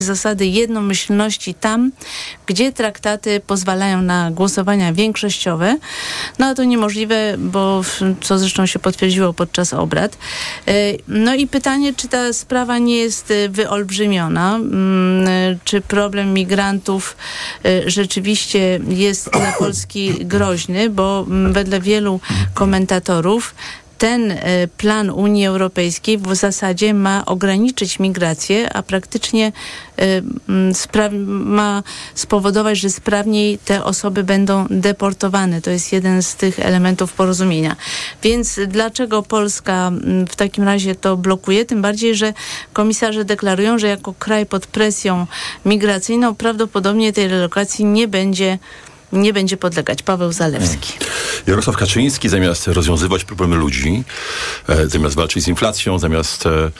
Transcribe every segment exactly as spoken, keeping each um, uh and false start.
zasady jednomyślności tam, gdzie traktaty pozwalają na głosowania większościowe. No a to niemożliwe, bo co zresztą się potwierdziło podczas obrad. No i pytanie, czy ta sprawa nie jest wyolbrzymiona? Czy problem migrantów rzeczywiście jest dla Polski groźny? Bo wedle wielu komentatorów ten plan Unii Europejskiej w zasadzie ma ograniczyć migrację, a praktycznie spra- ma spowodować, że sprawniej te osoby będą deportowane. To jest jeden z tych elementów porozumienia. Więc dlaczego Polska w takim razie to blokuje? Tym bardziej, że komisarze deklarują, że jako kraj pod presją migracyjną prawdopodobnie tej relokacji nie będzie nie będzie podlegać. Paweł Zalewski. Jarosław Kaczyński zamiast rozwiązywać problemy ludzi, e, zamiast walczyć z inflacją, zamiast e, e,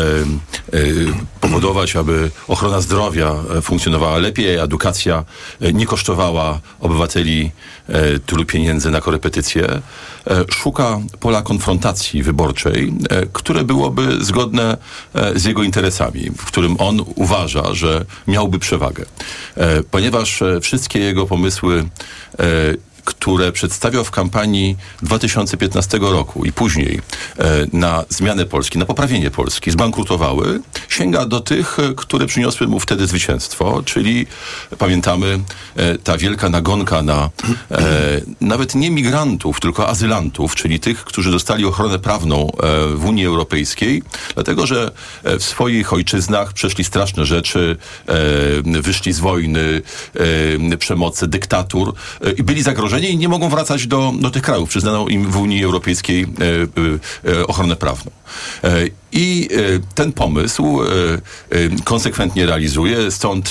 powodować, aby ochrona zdrowia funkcjonowała lepiej, a edukacja nie kosztowała obywateli e, tylu pieniędzy na korepetycje, e, szuka pola konfrontacji wyborczej, e, które byłoby zgodne e, z jego interesami, w którym on uważa, że miałby przewagę. E, ponieważ e, wszystkie jego pomysły E, które przedstawiał w kampanii dwa tysiące piętnastego roku i później e, na zmianę Polski, na poprawienie Polski, zbankrutowały, sięga do tych, które przyniosły mu wtedy zwycięstwo, czyli pamiętamy e, ta wielka nagonka na e, nawet nie migrantów, tylko azylantów, czyli tych, którzy dostali ochronę prawną e, w Unii Europejskiej, dlatego, że w swoich ojczyznach przeszli straszne rzeczy, e, wyszli z wojny, e, przemocy, dyktatur e, i byli zagrożeni i nie mogą wracać do, do tych krajów. Przyznano im w Unii Europejskiej e, e, ochronę prawną. E, I e, ten pomysł e, e, konsekwentnie realizuje, stąd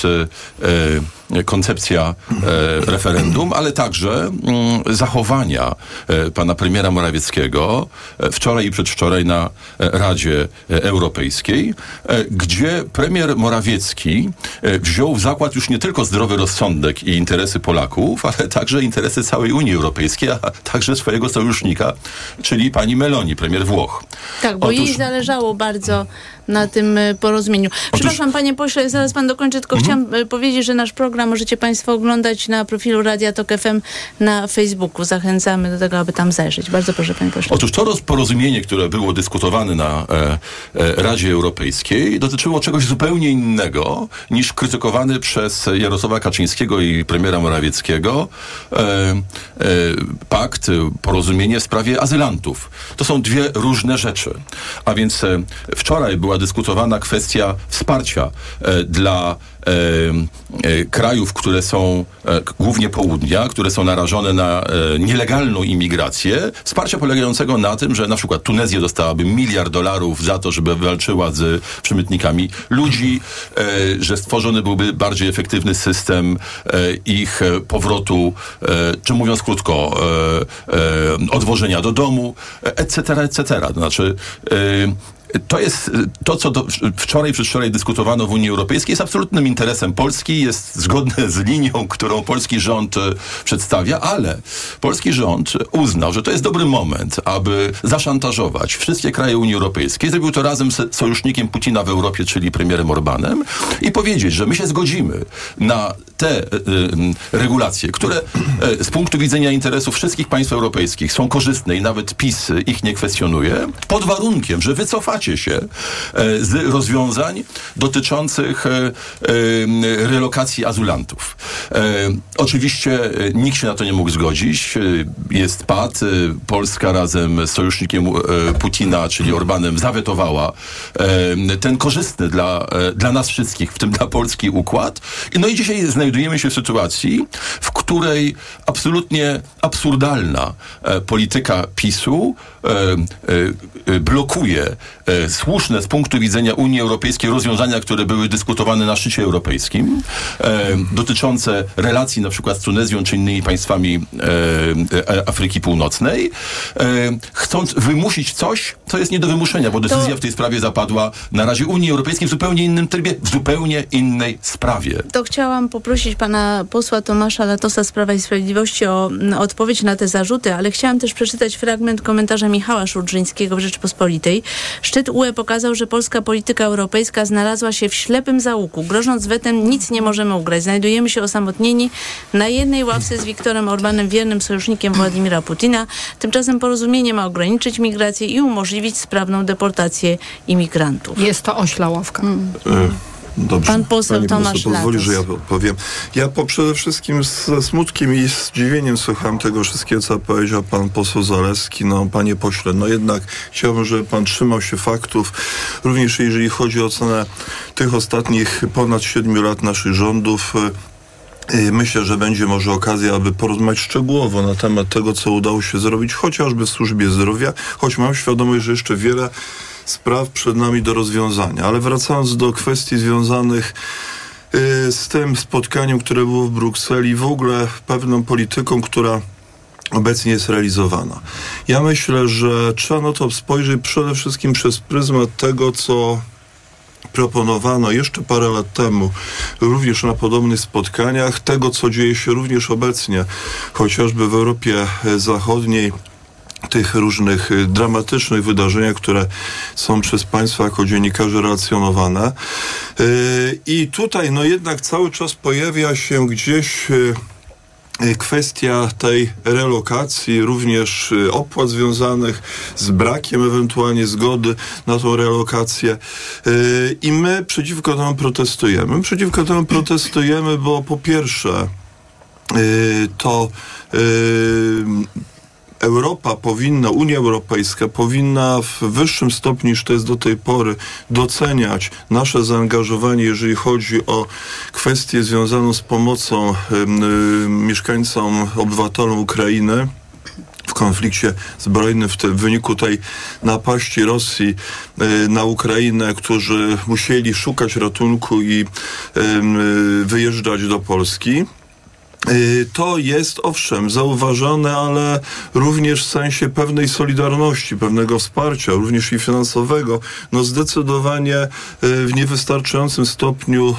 e, koncepcja e, referendum, ale także m, zachowania e, pana premiera Morawieckiego e, wczoraj i przedwczoraj na Radzie Europejskiej, e, gdzie premier Morawiecki e, wziął w zakład już nie tylko zdrowy rozsądek i interesy Polaków, ale także interesy całej Unii Europejskiej, a także swojego sojusznika, czyli pani Meloni, premier Włoch. Tak, bo Otóż... jej zależało bardzo na tym porozumieniu. Przepraszam, Otóż... panie pośle, zaraz pan dokończy, tylko mhm. chciałam powiedzieć, że nasz program możecie państwo oglądać na profilu Radia Tok F M na Facebooku. Zachęcamy do tego, aby tam zajrzeć. Bardzo proszę, panie pośle. Otóż to porozumienie, które było dyskutowane na e, e, Radzie Europejskiej, dotyczyło czegoś zupełnie innego niż krytykowany przez Jarosława Kaczyńskiego i premiera Morawieckiego e, e, pakt, porozumienie w sprawie azylantów. To są dwie różne rzeczy. A więc e, wczoraj była dyskutowana kwestia wsparcia e, dla e, e, krajów, które są e, głównie południa, które są narażone na e, nielegalną imigrację. Wsparcia polegającego na tym, że na przykład Tunezja dostałaby miliard dolarów za to, żeby walczyła z przemytnikami ludzi, e, że stworzony byłby bardziej efektywny system e, ich powrotu, e, czy mówiąc krótko, e, e, odwożenia do domu, et cetera, et cetera. To znaczy e, to jest to, co do, wczoraj, przedwczoraj dyskutowano w Unii Europejskiej, jest absolutnym interesem Polski, jest zgodne z linią, którą polski rząd e, przedstawia, ale polski rząd uznał, że to jest dobry moment, aby zaszantażować wszystkie kraje Unii Europejskiej. Zrobił to razem z sojusznikiem Putina w Europie, czyli premierem Orbánem, i powiedzieć, że my się zgodzimy na te e, e, regulacje, które e, z punktu widzenia interesów wszystkich państw europejskich są korzystne i nawet PiS ich nie kwestionuje, pod warunkiem, że wycofacie się e, z rozwiązań dotyczących e, e, relokacji azylantów. E, oczywiście e, nikt się na to nie mógł zgodzić. E, jest pad. E, Polska razem z sojusznikiem e, Putina, czyli Orbánem, zawetowała e, ten korzystny dla, e, dla nas wszystkich, w tym dla Polski, układ. No i dzisiaj znajdujemy się w sytuacji, w której absolutnie absurdalna e, polityka PiSu e, e, blokuje e, słuszne z punktu widzenia Unii Europejskiej rozwiązania, które były dyskutowane na szczycie europejskim, e, dotyczące relacji na przykład z Tunezją czy innymi państwami e, e, Afryki Północnej, e, chcąc wymusić coś, co jest nie do wymuszenia, bo decyzja to... w tej sprawie zapadła na Radzie Unii Europejskiej w zupełnie innym trybie, w zupełnie innej sprawie. To chciałam poprosić poprosić pana posła Tomasza Latosa z Prawa i Sprawiedliwości o m, odpowiedź na te zarzuty, ale chciałam też przeczytać fragment komentarza Michała Szurdżyńskiego w Rzeczpospolitej. Szczyt U E pokazał, że polska polityka europejska znalazła się w ślepym zaułku. Grożąc wetem nic nie możemy ugrać. Znajdujemy się osamotnieni na jednej ławce z Wiktorem Orbanem, wiernym sojusznikiem Władimira Putina. Tymczasem porozumienie ma ograniczyć migrację i umożliwić sprawną deportację imigrantów. Jest to ośla ławka. Hmm. Dobrze. Pan poseł Pani Tomasz poseł pozwoli, Latos. że ja odpowiem. Ja po przede wszystkim ze smutkiem i zdziwieniem słucham tego wszystkiego, co powiedział pan poseł Zalewski. No, panie pośle, no jednak chciałbym, żeby pan trzymał się faktów, również jeżeli chodzi o ocenę tych ostatnich ponad siedmiu lat naszych rządów. Myślę, że będzie może okazja, aby porozmawiać szczegółowo na temat tego, co udało się zrobić, chociażby w służbie zdrowia, choć mam świadomość, że jeszcze wiele spraw przed nami do rozwiązania. Ale wracając do kwestii związanych y, z tym spotkaniem, które było w Brukseli, w ogóle pewną polityką, która obecnie jest realizowana. Ja myślę, że trzeba na to spojrzeć przede wszystkim przez pryzmat tego, co proponowano jeszcze parę lat temu, również na podobnych spotkaniach, tego, co dzieje się również obecnie, chociażby w Europie Zachodniej, tych różnych dramatycznych wydarzeniach, które są przez państwa jako dziennikarzy relacjonowane. I tutaj no jednak cały czas pojawia się gdzieś kwestia tej relokacji, również opłat związanych z brakiem ewentualnie zgody na tą relokację. I my przeciwko temu protestujemy. My przeciwko temu protestujemy, bo po pierwsze to Europa powinna, Unia Europejska powinna w wyższym stopniu niż to jest do tej pory doceniać nasze zaangażowanie, jeżeli chodzi o kwestię związaną z pomocą y, y, mieszkańcom, obywatelom Ukrainy w konflikcie zbrojnym, w, te, w wyniku tej napaści Rosji y, na Ukrainę, którzy musieli szukać ratunku i y, y, wyjeżdżać do Polski. To jest, owszem, zauważone, ale również w sensie pewnej solidarności, pewnego wsparcia, również i finansowego, no zdecydowanie w niewystarczającym stopniu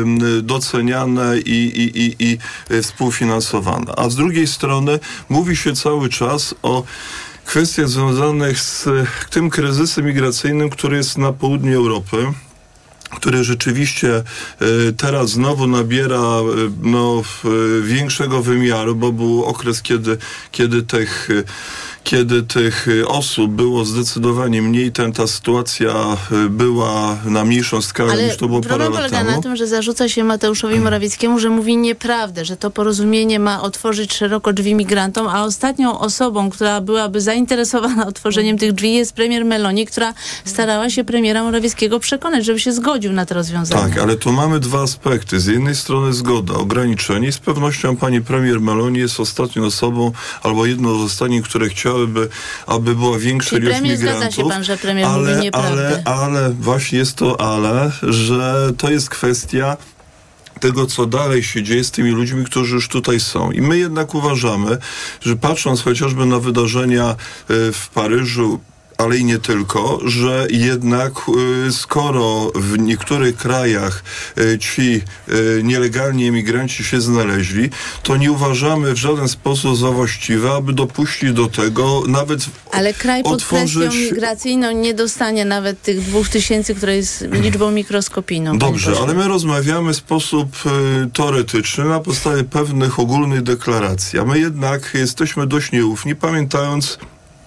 doceniane i, i, i, i współfinansowane. A z drugiej strony mówi się cały czas o kwestiach związanych z tym kryzysem migracyjnym, który jest na południu Europy, który rzeczywiście y, teraz znowu nabiera y, no, y, większego wymiaru, bo był okres, kiedy, kiedy tych y, kiedy tych osób było zdecydowanie mniej, ten, ta sytuacja była na mniejszą skalę Ale niż to było parę lat temu. problem polega na tym, że zarzuca się Mateuszowi Morawieckiemu, że mówi nieprawdę, że to porozumienie ma otworzyć szeroko drzwi migrantom, a ostatnią osobą, która byłaby zainteresowana otworzeniem tych drzwi, jest premier Meloni, która starała się premiera Morawieckiego przekonać, żeby się zgodził na to rozwiązanie. Tak, ale tu mamy dwa aspekty. Z jednej strony zgoda, ograniczenie i z pewnością pani premier Meloni jest ostatnią osobą, albo jedną z ostatnich, które chciały By, aby była większa Czyli ilość premier migrantów. Zgadza się pan, że premier ale, mówi nieprawdę. ale, ale właśnie jest to ale, że to jest kwestia tego, co dalej się dzieje z tymi ludźmi, którzy już tutaj są. I my jednak uważamy, że patrząc chociażby na wydarzenia w Paryżu, ale i nie tylko, że jednak y, skoro w niektórych krajach y, ci y, nielegalni emigranci się znaleźli, to nie uważamy w żaden sposób za właściwe, aby dopuścić do tego nawet Ale kraj pod otworzyć... presją migracyjną nie dostanie nawet tych dwóch tysięcy, które jest liczbą mikroskopijną. Dobrze, ale my rozmawiamy w sposób y, teoretyczny na podstawie pewnych ogólnych deklaracji, a my jednak jesteśmy dość nieufni, pamiętając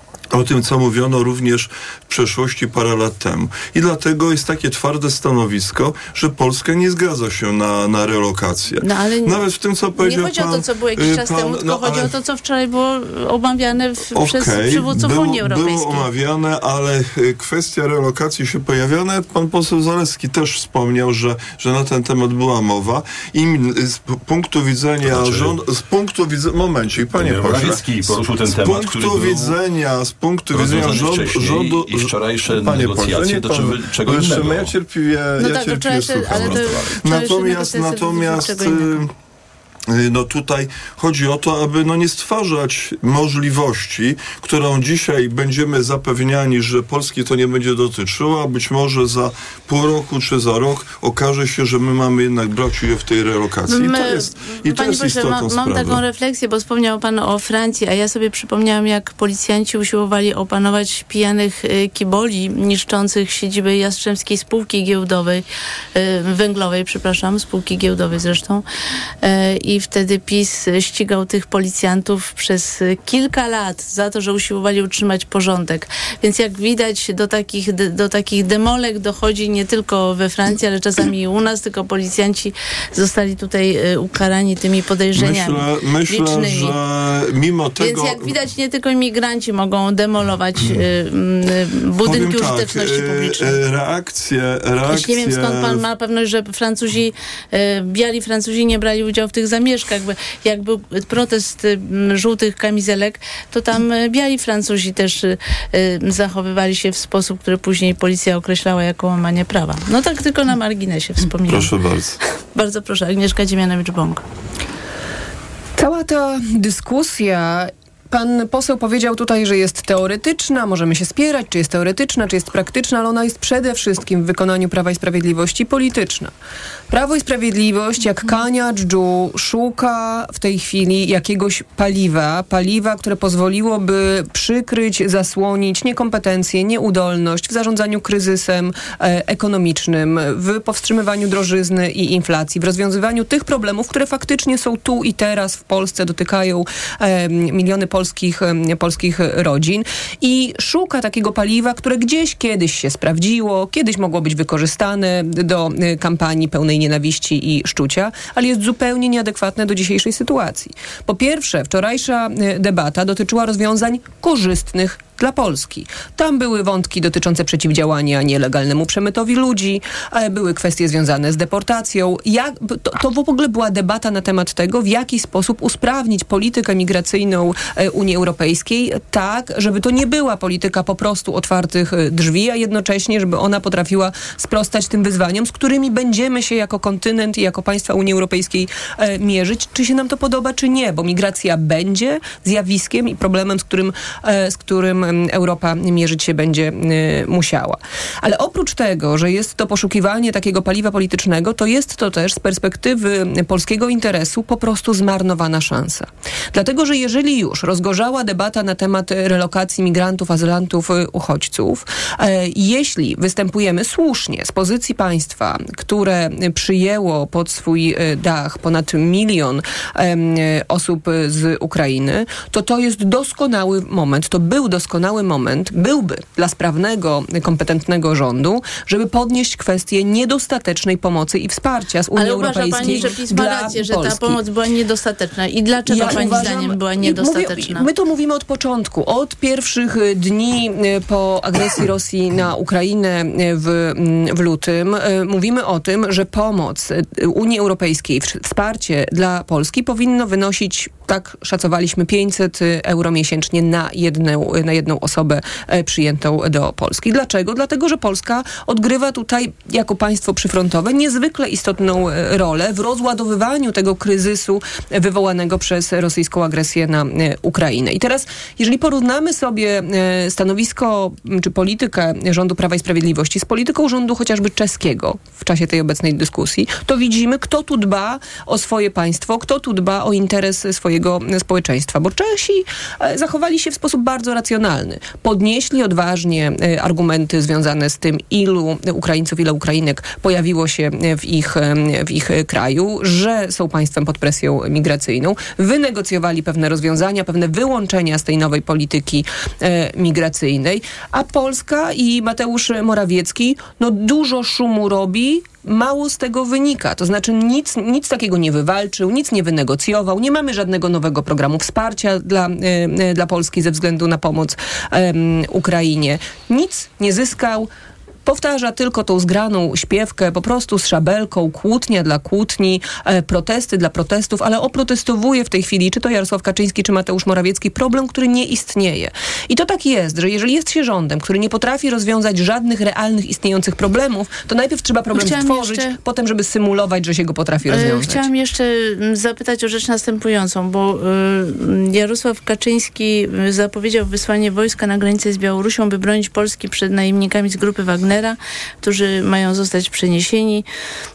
o tym, co mówiono również w przeszłości parę lat temu. I dlatego jest takie twarde stanowisko, że Polska nie zgadza się na, na relokację. No, ale nawet w tym, co powiedział nie chodzi pan, o to, co było jakiś czas pan, temu, tylko no, chodzi ale... o to, co wczoraj było omawiane w, okay, przez przywódców było, Unii Europejskiej. Było omawiane, ale kwestia relokacji się pojawiała. Nawet pan poseł Zalewski też wspomniał, że, że na ten temat była mowa. I z punktu widzenia to znaczy, rządu, z punktu widzenia, momencik, panie pośle. Morawiecki poruszył ten z temat, punktu który był widzenia, z punktu widzenia rządu, rządu i wczorajsze panie negocjacje pośle, dotyczyły pan, czego innego. Ja cierpliwie, No ja tak, cierpliwie wczorajsze, słucham. ale to Natomiast, negocjacje natomiast czego innego. no tutaj chodzi o to, aby no nie stwarzać możliwości, którą dzisiaj będziemy zapewniani, że Polski to nie będzie dotyczyło, a być może za pół roku czy za rok okaże się, że my mamy jednak brać udział w tej relokacji. My, I to jest, i to jest pośle, istotna ma, sprawa. Mam taką refleksję, bo wspomniał pan o Francji, a ja sobie przypomniałam, jak policjanci usiłowali opanować pijanych y, kiboli niszczących siedziby Jastrzębskiej Spółki Giełdowej, y, Węglowej, przepraszam, Spółki Giełdowej zresztą. Y, I wtedy PiS ścigał tych policjantów przez kilka lat za to, że usiłowali utrzymać porządek. Więc jak widać, do takich, de, do takich demolek dochodzi nie tylko we Francji, ale czasami i u nas, tylko policjanci zostali tutaj y, ukarani tymi podejrzeniami Myślę, myślę że mimo tego... Więc jak widać, nie tylko imigranci mogą demolować y, y, budynki tak, użyteczności publicznej. Reakcje, reakcje... Nie wiem, skąd pan ma pewność, że Francuzi, y, biali Francuzi nie brali udziału w tych zamieszkach. Jak był protest y, żółtych kamizelek, to tam y, biali Francuzi też y, y, zachowywali się w sposób, który później policja określała jako łamanie prawa. No tak tylko na marginesie wspomniałam. Proszę bardzo. Bardzo proszę, Agnieszka Dziemianowicz-Bąk. Cała ta dyskusja, pan poseł powiedział tutaj, że jest teoretyczna, możemy się spierać, czy jest teoretyczna, czy jest praktyczna, ale ona jest przede wszystkim w wykonaniu Prawa i Sprawiedliwości polityczna. Prawo i Sprawiedliwość, jak Kania Dżdżu, szuka w tej chwili jakiegoś paliwa, paliwa, które pozwoliłoby przykryć, zasłonić niekompetencje, nieudolność w zarządzaniu kryzysem e, ekonomicznym, w powstrzymywaniu drożyzny i inflacji, w rozwiązywaniu tych problemów, które faktycznie są tu i teraz w Polsce, dotykają e, miliony polskich, e, polskich rodzin i szuka takiego paliwa, które gdzieś kiedyś się sprawdziło, kiedyś mogło być wykorzystane do e, kampanii pełnej nienawiści i szczucia, ale jest zupełnie nieadekwatne do dzisiejszej sytuacji. Po pierwsze, wczorajsza debata dotyczyła rozwiązań korzystnych dla Polski. Tam były wątki dotyczące przeciwdziałania nielegalnemu przemytowi ludzi, były kwestie związane z deportacją. Jak, to, to w ogóle była debata na temat tego, w jaki sposób usprawnić politykę migracyjną Unii Europejskiej tak, żeby to nie była polityka po prostu otwartych drzwi, a jednocześnie, żeby ona potrafiła sprostać tym wyzwaniom, z którymi będziemy się jako kontynent i jako państwa Unii Europejskiej e, mierzyć, czy się nam to podoba, czy nie, bo migracja będzie zjawiskiem i problemem, z którym, e, z którym Europa mierzyć się będzie y, musiała. Ale oprócz tego, że jest to poszukiwanie takiego paliwa politycznego, to jest to też z perspektywy polskiego interesu po prostu zmarnowana szansa. Dlatego, że jeżeli już rozgorzała debata na temat relokacji migrantów, azylantów, uchodźców, y, jeśli występujemy słusznie z pozycji państwa, które przyjęło pod swój dach ponad milion y, osób z Ukrainy, to to jest doskonały moment, to był doskonały moment, byłby dla sprawnego, kompetentnego rządu, żeby podnieść kwestię niedostatecznej pomocy i wsparcia z Unii Ale uważa Europejskiej pani, że PiS ma rację, że Polski. ta pomoc była niedostateczna. I dlaczego ja pani uważam, zdaniem była niedostateczna? Mówię, my to mówimy od początku. Od pierwszych dni po agresji Rosji na Ukrainę w, w lutym mówimy o tym, że pomoc Unii Europejskiej, wsparcie dla Polski powinno wynosić, tak szacowaliśmy, pięćset euro miesięcznie na jedną, na jedną osobę przyjętą do Polski. Dlaczego? Dlatego, że Polska odgrywa tutaj jako państwo przyfrontowe niezwykle istotną rolę w rozładowywaniu tego kryzysu wywołanego przez rosyjską agresję na Ukrainę. I teraz, jeżeli porównamy sobie stanowisko czy politykę rządu Prawa i Sprawiedliwości z polityką rządu chociażby czeskiego w czasie tej obecnej dyskusji, to widzimy, kto tu dba o swoje państwo, kto tu dba o interes swojego społeczeństwa. Bo Czesi zachowali się w sposób bardzo racjonalny. Podnieśli odważnie argumenty związane z tym, ilu Ukraińców, ile Ukrainek pojawiło się w ich, w ich kraju, że są państwem pod presją migracyjną. Wynegocjowali pewne rozwiązania, pewne wyłączenia z tej nowej polityki e, migracyjnej, a Polska i Mateusz Morawiecki no dużo szumu robi, mało z tego wynika. To znaczy nic, nic takiego nie wywalczył, nic nie wynegocjował, nie mamy żadnego nowego programu wsparcia dla, e, dla Polski ze względu na pomoc e, Ukrainie. Nic nie zyskał. powtarza tylko tą zgraną śpiewkę, po prostu z szabelką, kłótnia dla kłótni, e, protesty dla protestów, ale oprotestowuje w tej chwili, czy to Jarosław Kaczyński, czy Mateusz Morawiecki, problem, który nie istnieje. I to tak jest, że jeżeli jest się rządem, który nie potrafi rozwiązać żadnych realnych istniejących problemów, to najpierw trzeba problem Chciałam stworzyć, jeszcze... potem, żeby symulować, że się go potrafi rozwiązać. Chciałam jeszcze zapytać o rzecz następującą, bo Jarosław Kaczyński zapowiedział wysłanie wojska na granicę z Białorusią, by bronić Polski przed najemnikami z grupy Wagnera, którzy mają zostać przeniesieni.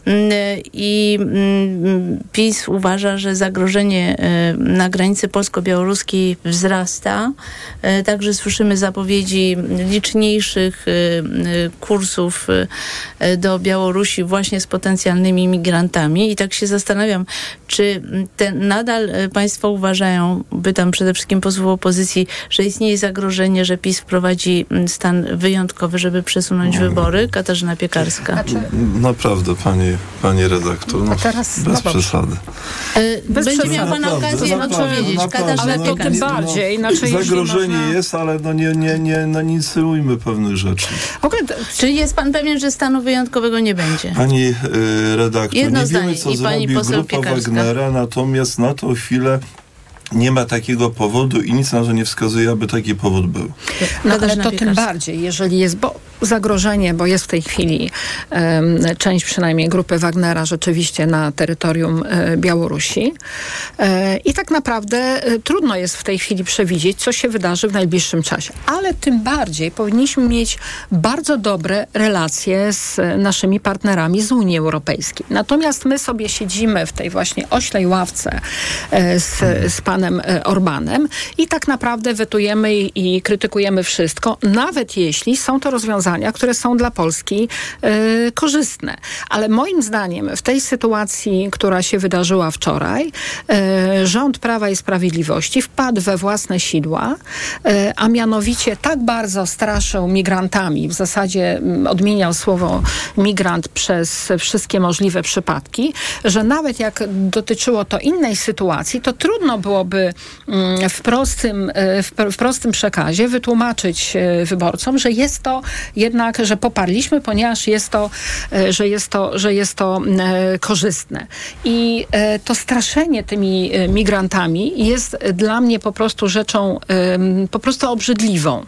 I PiS uważa, że zagrożenie na granicy polsko-białoruskiej wzrasta. Także słyszymy zapowiedzi liczniejszych kursów do Białorusi właśnie z potencjalnymi migrantami. I tak się zastanawiam, czy te, nadal państwo uważają, pytam przede wszystkim posłów opozycji, że istnieje zagrożenie, że PiS wprowadzi stan wyjątkowy, żeby przesunąć wybory? Katarzyna Piekarska. Znaczy... Naprawdę, pani, pani redaktor, no, teraz, bez no przesady. Bez Będzie przesady. miał pan okazję odpowiedzieć. Katarzyna Ale to tym bardziej. No, znaczy, zagrożenie można... jest, ale no nie, nie, nie, no nie insynuujmy pewnych rzeczy. Okay. Czyli jest pan pewien, że stanu wyjątkowego nie będzie? Pani y, redaktor, Jedno nie zdanie. wiemy, co I pani zrobi poseł grupa Piekarska. Wagnera, natomiast na tą chwilę nie ma takiego powodu i nic na to nie wskazuje, aby taki powód był. No, ale to tym bardziej, jeżeli jest bo zagrożenie, bo jest w tej chwili um, część przynajmniej grupy Wagnera rzeczywiście na terytorium e, Białorusi. E, I tak naprawdę e, trudno jest w tej chwili przewidzieć, co się wydarzy w najbliższym czasie. Ale tym bardziej powinniśmy mieć bardzo dobre relacje z naszymi partnerami z Unii Europejskiej. Natomiast my sobie siedzimy w tej właśnie oślej ławce e, z, z panem Orbanem i tak naprawdę wetujemy i, i krytykujemy wszystko, nawet jeśli są to rozwiązania, które są dla Polski y, korzystne. Ale moim zdaniem w tej sytuacji, która się wydarzyła wczoraj, y, rząd Prawa i Sprawiedliwości wpadł we własne sidła, y, a mianowicie tak bardzo straszył migrantami, w zasadzie y, odmieniał słowo migrant przez wszystkie możliwe przypadki, że nawet jak dotyczyło to innej sytuacji, to trudno byłoby y, w prostym, y, w, w prostym przekazie wytłumaczyć y, wyborcom, że jest to jednak, że poparliśmy, ponieważ jest to, że jest to, że jest to e, korzystne. I e, to straszenie tymi e, migrantami jest dla mnie po prostu rzeczą e, po prostu obrzydliwą.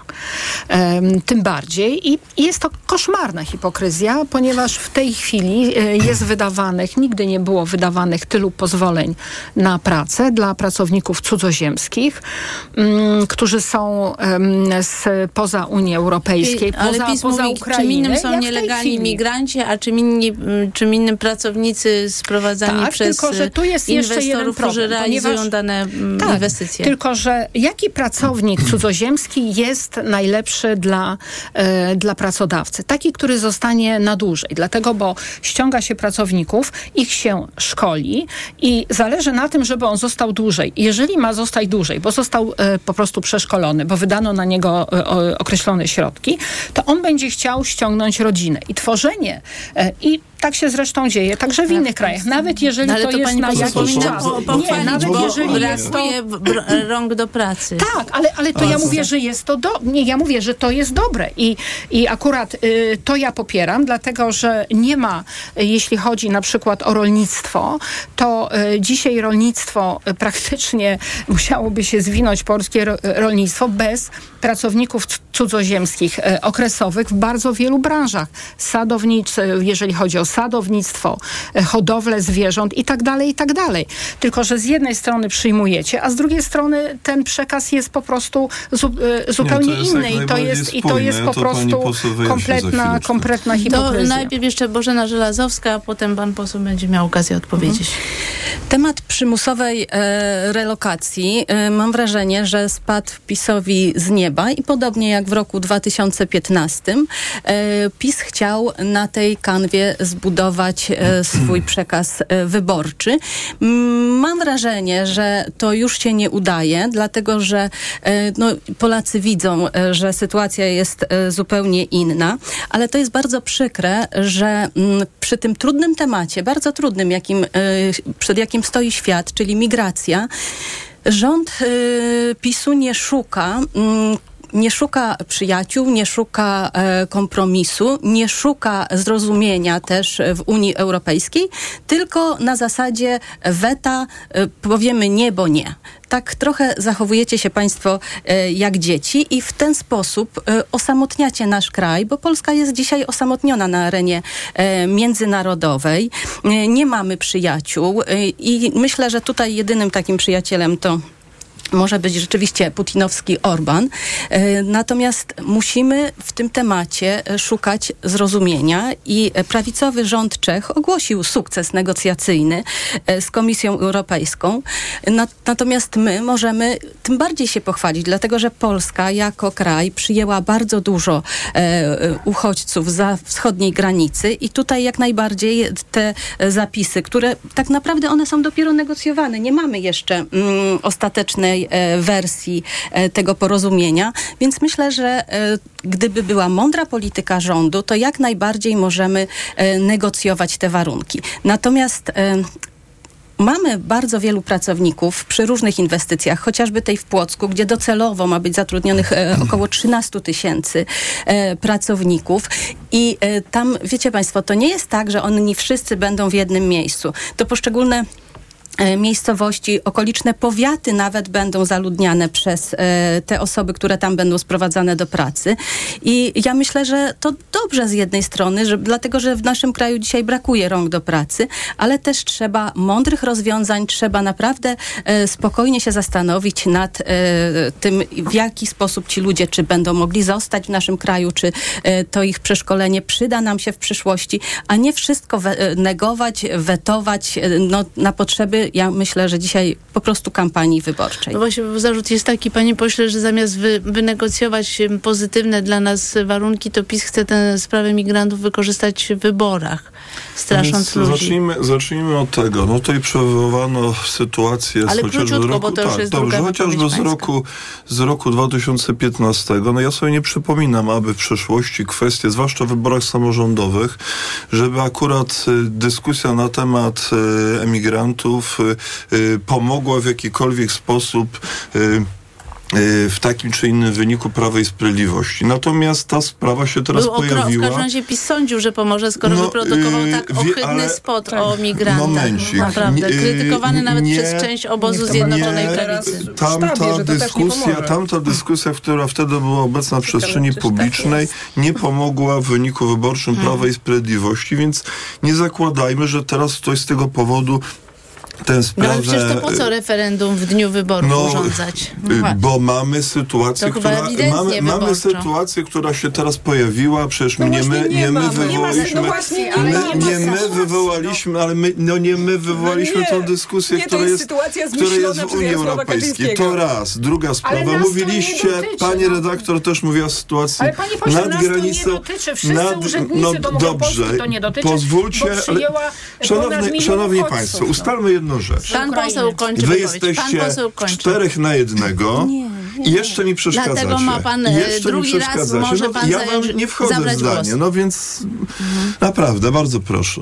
E, tym bardziej. I, I jest to koszmarna hipokryzja, ponieważ w tej chwili e, jest wydawanych, nigdy nie było wydawanych tylu pozwoleń na pracę dla pracowników cudzoziemskich, m, którzy są e, spoza Unii Europejskiej, Ale poza, PiS poza mówi, Ukrainy, czym innym są jak nielegalni migranci, a czym, inni, czym innym pracownicy sprowadzani tak, przez tylko, że tu jest jeszcze jeden inwestorów, którzy problem, realizują ponieważ, dane tak, inwestycje. Tylko, że jaki pracownik cudzoziemski jest najlepszy dla, e, dla pracodawcy? Taki, który zostanie na dłużej. Dlatego, bo ściąga się pracowników, ich się szkoli i zależy na tym, żeby on został dłużej. Jeżeli ma zostać dłużej, bo został e, po prostu przeszkolony, bo wydano na niego e, o, określone środki, to on będzie chciał ściągnąć rodzinę. I tworzenie e, i tak się zresztą dzieje, także w innych krajach. Nawet jeżeli no, ale to, to jest na jakiś czas. Nie, nawet jeżeli jest to... rąk do pracy. Tak, ale, ale to ja mówię, że jest to do... Nie, ja mówię, że to jest dobre. I, i akurat y, to ja popieram, dlatego, że nie ma, y, jeśli chodzi na przykład o rolnictwo, to y, dzisiaj rolnictwo y, praktycznie musiałoby się zwinąć, polskie ro, rolnictwo, bez pracowników cudzoziemskich y, okresowych w bardzo wielu branżach. Sadownicy, jeżeli chodzi o sadownictwo, hodowlę zwierząt i tak dalej, i tak dalej. Tylko, że z jednej strony przyjmujecie, a z drugiej strony ten przekaz jest po prostu zu, zupełnie Nie, inny i to jest, i to jest po to prostu kompletna, kompletna hipokryzja. To najpierw jeszcze Bożena Żelazowska, a potem pan poseł będzie miał okazję odpowiedzieć. Mhm. Temat przymusowej e, relokacji, e, mam wrażenie, że spadł PiS-owi z nieba i podobnie jak w roku dwa tysiące piętnastym e, PiS chciał na tej kanwie zbudować e, swój przekaz e, wyborczy. Mam wrażenie, że to już się nie udaje, dlatego że e, no, Polacy widzą, e, że sytuacja jest e, zupełnie inna, ale to jest bardzo przykre, że m, przy tym trudnym temacie, bardzo trudnym, jakim, e, przed jakim stoi świat, czyli migracja, rząd y, PiSu nie szuka y, nie szuka przyjaciół, nie szuka e, kompromisu, nie szuka zrozumienia też w Unii Europejskiej, tylko na zasadzie weta e, powiemy nie, bo nie. Tak trochę zachowujecie się państwo e, jak dzieci i w ten sposób e, osamotniacie nasz kraj, bo Polska jest dzisiaj osamotniona na arenie e, międzynarodowej. E, nie mamy przyjaciół e, i myślę, że tutaj jedynym takim przyjacielem to może być rzeczywiście putinowski Orban. E, natomiast musimy w tym temacie szukać zrozumienia i prawicowy rząd Czech ogłosił sukces negocjacyjny e, z Komisją Europejską. Nat- natomiast my możemy tym bardziej się pochwalić, dlatego że Polska jako kraj przyjęła bardzo dużo e, uchodźców za wschodniej granicy i tutaj jak najbardziej te zapisy, które tak naprawdę one są dopiero negocjowane. Nie mamy jeszcze mm, ostatecznej wersji tego porozumienia, więc myślę, że gdyby była mądra polityka rządu, to jak najbardziej możemy negocjować te warunki. Natomiast mamy bardzo wielu pracowników przy różnych inwestycjach, chociażby tej w Płocku, gdzie docelowo ma być zatrudnionych e, około trzynaście tysięcy e, pracowników i e, tam, wiecie państwo, to nie jest tak, że oni wszyscy będą w jednym miejscu. To poszczególne miejscowości, okoliczne powiaty nawet będą zaludniane przez e, te osoby, które tam będą sprowadzane do pracy. I ja myślę, że to dobrze z jednej strony, że, dlatego że w naszym kraju dzisiaj brakuje rąk do pracy, ale też trzeba mądrych rozwiązań, trzeba naprawdę e, spokojnie się zastanowić nad e, tym, w jaki sposób ci ludzie, czy będą mogli zostać w naszym kraju, czy e, to ich przeszkolenie przyda nam się w przyszłości, a nie wszystko we, negować, wetować e, no, na potrzeby, ja myślę, że dzisiaj po prostu kampanii wyborczej. No właśnie, bo zarzut jest taki, panie pośle, że zamiast wy, wynegocjować pozytywne dla nas warunki, to PiS chce tę sprawę migrantów wykorzystać w wyborach, strasząc ludzi. Zacznijmy, zacznijmy od tego. No tutaj przywołano sytuację Ale z chociażby króciutko, roku, bo to już tak, jest dobrze, druga chociażby z roku, z roku dwa tysiące piętnastego. No ja sobie nie przypominam, aby w przeszłości kwestie, zwłaszcza w wyborach samorządowych, żeby akurat y, dyskusja na temat y, emigrantów y, y, pomogła w jakikolwiek sposób y, w takim czy innym wyniku Prawa i Sprawiedliwości. Natomiast ta sprawa się teraz Był pojawiła. W każdym razie PiS sądził, że pomoże, skoro no, wyprodukował yy, tak wie, ohydny ale, spot tak. o migrantach. Momencik. Naprawdę. Yy, Krytykowany nawet nie, przez część obozu Zjednoczonej nie, Prawicy. Tamta sztabie, dyskusja, tamta dyskusja, która wtedy była obecna w przestrzeni publicznej, nie pomogła w wyniku wyborczym hmm. Prawa i Sprawiedliwości, więc nie zakładajmy, że teraz ktoś z tego powodu tę sprawę... No ale przecież to po co referendum w dniu wyborów no, urządzać? No bo mamy sytuację, która... Mamy, mamy sytuację, która się teraz pojawiła, przecież no nie my, nie nie my wywołaliśmy... Nie, my, nie, nie my wywołaliśmy, ale my, no nie my wywołaliśmy no nie, tę dyskusję, nie, która jest, która jest w Unii Europejskiej. To raz. Druga sprawa. Mówiliście, pani redaktor też mówiła o sytuacji ale pani pośle, nad granicą... Nie dotyczy. Wszyscy nad, urzędnicy no to mówią, dobrze, Polski to nie dotyczy, pozwólcie, ale, szanowni, szanowni państwo, ustalmy jedną rzecz. Pan poseł kończy Wy wypowiedź. jesteście Pan poseł kończy. czterech na jednego nie, nie, i jeszcze mi przeszkadzacie. Dlatego ma pan jeszcze drugi mi raz może no, pan ja wam nie wchodzę w zdanie, głos. No więc mhm. naprawdę, bardzo proszę.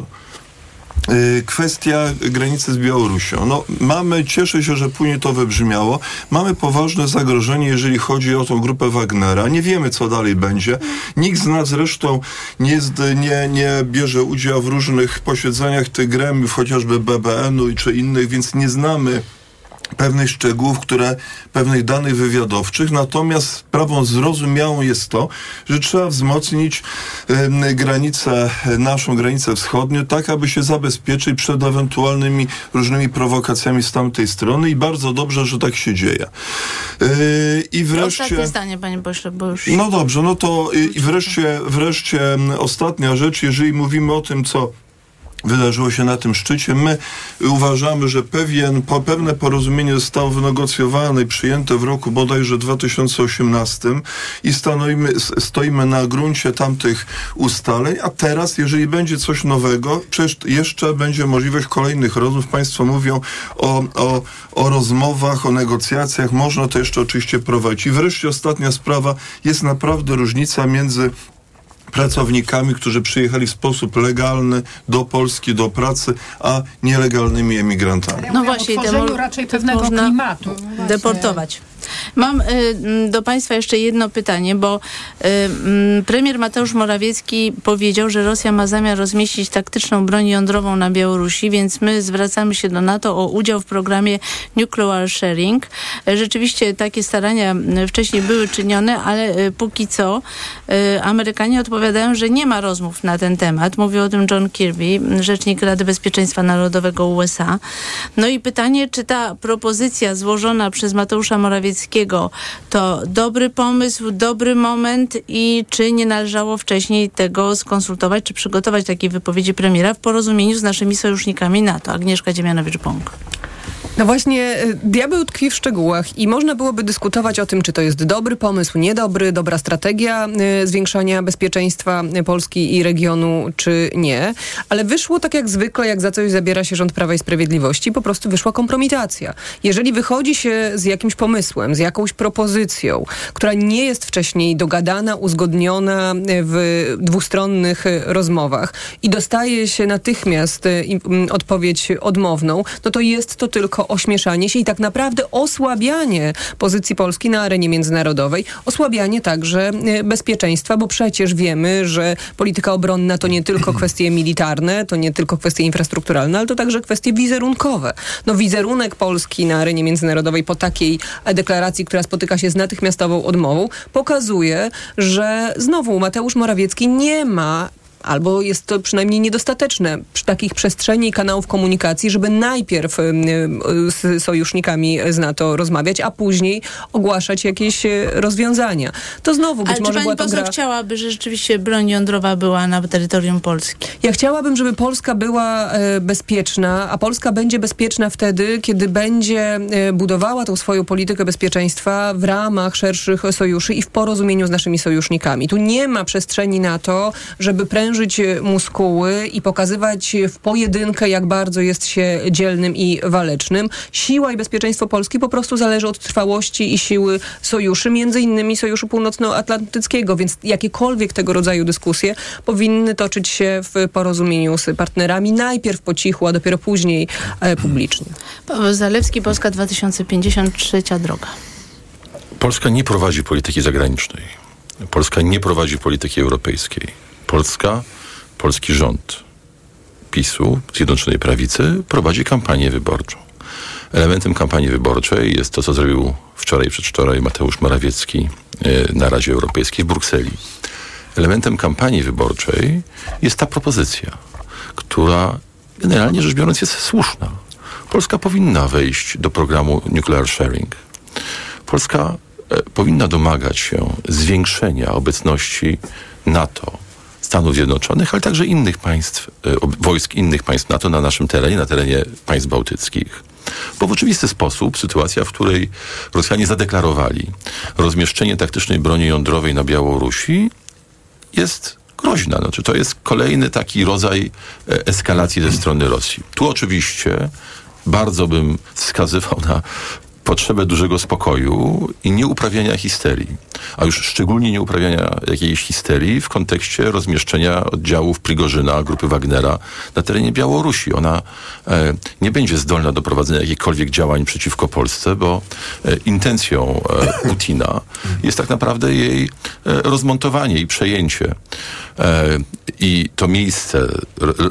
Kwestia granicy z Białorusią. No, mamy, cieszę się, że później to wybrzmiało, mamy poważne zagrożenie, jeżeli chodzi o tą grupę Wagnera. Nie wiemy, co dalej będzie. Nikt z nas zresztą nie, nie, nie bierze udziału w różnych posiedzeniach tych gremiów, chociażby B B N-u czy innych, więc nie znamy pewnych szczegółów, które, pewnych danych wywiadowczych, natomiast sprawą zrozumiałą jest to, że trzeba wzmocnić y, granicę, naszą granicę wschodnią, tak aby się zabezpieczyć przed ewentualnymi różnymi prowokacjami z tamtej strony i bardzo dobrze, że tak się dzieje. Y, I wreszcie... Ostatnie zdanie, panie pośle, bo już... No dobrze, no to y, i wreszcie, wreszcie ostatnia rzecz, jeżeli mówimy o tym, co wydarzyło się na tym szczycie. My uważamy, że pewien, po, pewne porozumienie zostało wynegocjowane i przyjęte w roku bodajże dwa tysiące osiemnastym i stanowimy, stoimy na gruncie tamtych ustaleń, a teraz, jeżeli będzie coś nowego, przecież jeszcze będzie możliwość kolejnych rozmów. Państwo mówią o, o, o rozmowach, o negocjacjach. Można to jeszcze oczywiście prowadzić. I wreszcie ostatnia sprawa. Jest naprawdę różnica między pracownikami, którzy przyjechali w sposób legalny do Polski, do pracy, a nielegalnymi emigrantami. Ja no właśnie, temu raczej pewnego można klimatu. Deportować. Mam y, do Państwa jeszcze jedno pytanie, bo y, y, premier Mateusz Morawiecki powiedział, że Rosja ma zamiar rozmieścić taktyczną broń jądrową na Białorusi, więc my zwracamy się do NATO o udział w programie Nuclear Sharing. Rzeczywiście takie starania wcześniej były czynione, ale y, póki co y, Amerykanie odpowiadają, że nie ma rozmów na ten temat. Mówił o tym John Kirby, rzecznik Rady Bezpieczeństwa Narodowego U S A. No i pytanie, czy ta propozycja złożona przez Mateusza Morawieckiego to dobry pomysł, dobry moment i czy nie należało wcześniej tego skonsultować, czy przygotować takiej wypowiedzi premiera w porozumieniu z naszymi sojusznikami NATO? Agnieszka Dziemianowicz-Bąk. No właśnie, diabeł tkwi w szczegółach i można byłoby dyskutować o tym, czy to jest dobry pomysł, niedobry, dobra strategia y, zwiększania bezpieczeństwa Polski i regionu, czy nie. Ale wyszło tak jak zwykle, jak za coś zabiera się rząd Prawa i Sprawiedliwości, po prostu wyszła kompromitacja. Jeżeli wychodzi się z jakimś pomysłem, z jakąś propozycją, która nie jest wcześniej dogadana, uzgodniona w dwustronnych rozmowach i dostaje się natychmiast y, y, odpowiedź odmowną, no to jest to tylko ośmieszanie się i tak naprawdę osłabianie pozycji Polski na arenie międzynarodowej, osłabianie także bezpieczeństwa, bo przecież wiemy, że polityka obronna to nie tylko kwestie militarne, to nie tylko kwestie infrastrukturalne, ale to także kwestie wizerunkowe. No wizerunek Polski na arenie międzynarodowej po takiej deklaracji, która spotyka się z natychmiastową odmową, pokazuje, że znowu Mateusz Morawiecki nie ma albo jest to przynajmniej niedostateczne przy takich przestrzeni i kanałów komunikacji, żeby najpierw y, y, z sojusznikami z NATO rozmawiać, a później ogłaszać jakieś y, rozwiązania. To znowu być Ale może czy była pani to poseł gra... chciałaby, że rzeczywiście broń jądrowa była na terytorium Polski? Ja chciałabym, żeby Polska była y, bezpieczna, a Polska będzie bezpieczna wtedy, kiedy będzie y, budowała tą swoją politykę bezpieczeństwa w ramach szerszych sojuszy i w porozumieniu z naszymi sojusznikami. Tu nie ma przestrzeni na to, żeby prężyć muskuły i pokazywać w pojedynkę, jak bardzo jest się dzielnym i walecznym. Siła i bezpieczeństwo Polski po prostu zależy od trwałości i siły sojuszy, między innymi Sojuszu Północnoatlantyckiego, więc jakiekolwiek tego rodzaju dyskusje powinny toczyć się w porozumieniu z partnerami, najpierw po cichu, a dopiero później e, publicznie. Paweł Zalewski, Polska dwa tysiące pięćdziesiąt, trzecia droga. Polska nie prowadzi polityki zagranicznej. Polska nie prowadzi polityki europejskiej. Polska, polski rząd PiSu, Zjednoczonej Prawicy prowadzi kampanię wyborczą. Elementem kampanii wyborczej jest to, co zrobił wczoraj, przedwczoraj Mateusz Morawiecki na Radzie Europejskiej w Brukseli. Elementem kampanii wyborczej jest ta propozycja, która generalnie rzecz biorąc jest słuszna. Polska powinna wejść do programu Nuclear Sharing. Polska e, powinna domagać się zwiększenia obecności NATO, Stanów Zjednoczonych, ale także innych państw, e, wojsk innych państw NATO na naszym terenie, na terenie państw bałtyckich. Bo w oczywisty sposób sytuacja, w której Rosjanie zadeklarowali rozmieszczenie taktycznej broni jądrowej na Białorusi, jest groźna. Znaczy, to jest kolejny taki rodzaj e, eskalacji ze strony Rosji. Tu oczywiście bardzo bym wskazywał na potrzebę dużego spokoju i nieuprawiania histerii. A już szczególnie nieuprawiania jakiejś histerii w kontekście rozmieszczenia oddziałów Prigorzyna, grupy Wagnera na terenie Białorusi. Ona e, nie będzie zdolna do prowadzenia jakichkolwiek działań przeciwko Polsce, bo e, intencją e, Putina jest tak naprawdę jej e, rozmontowanie i przejęcie. E, I to miejsce r, r,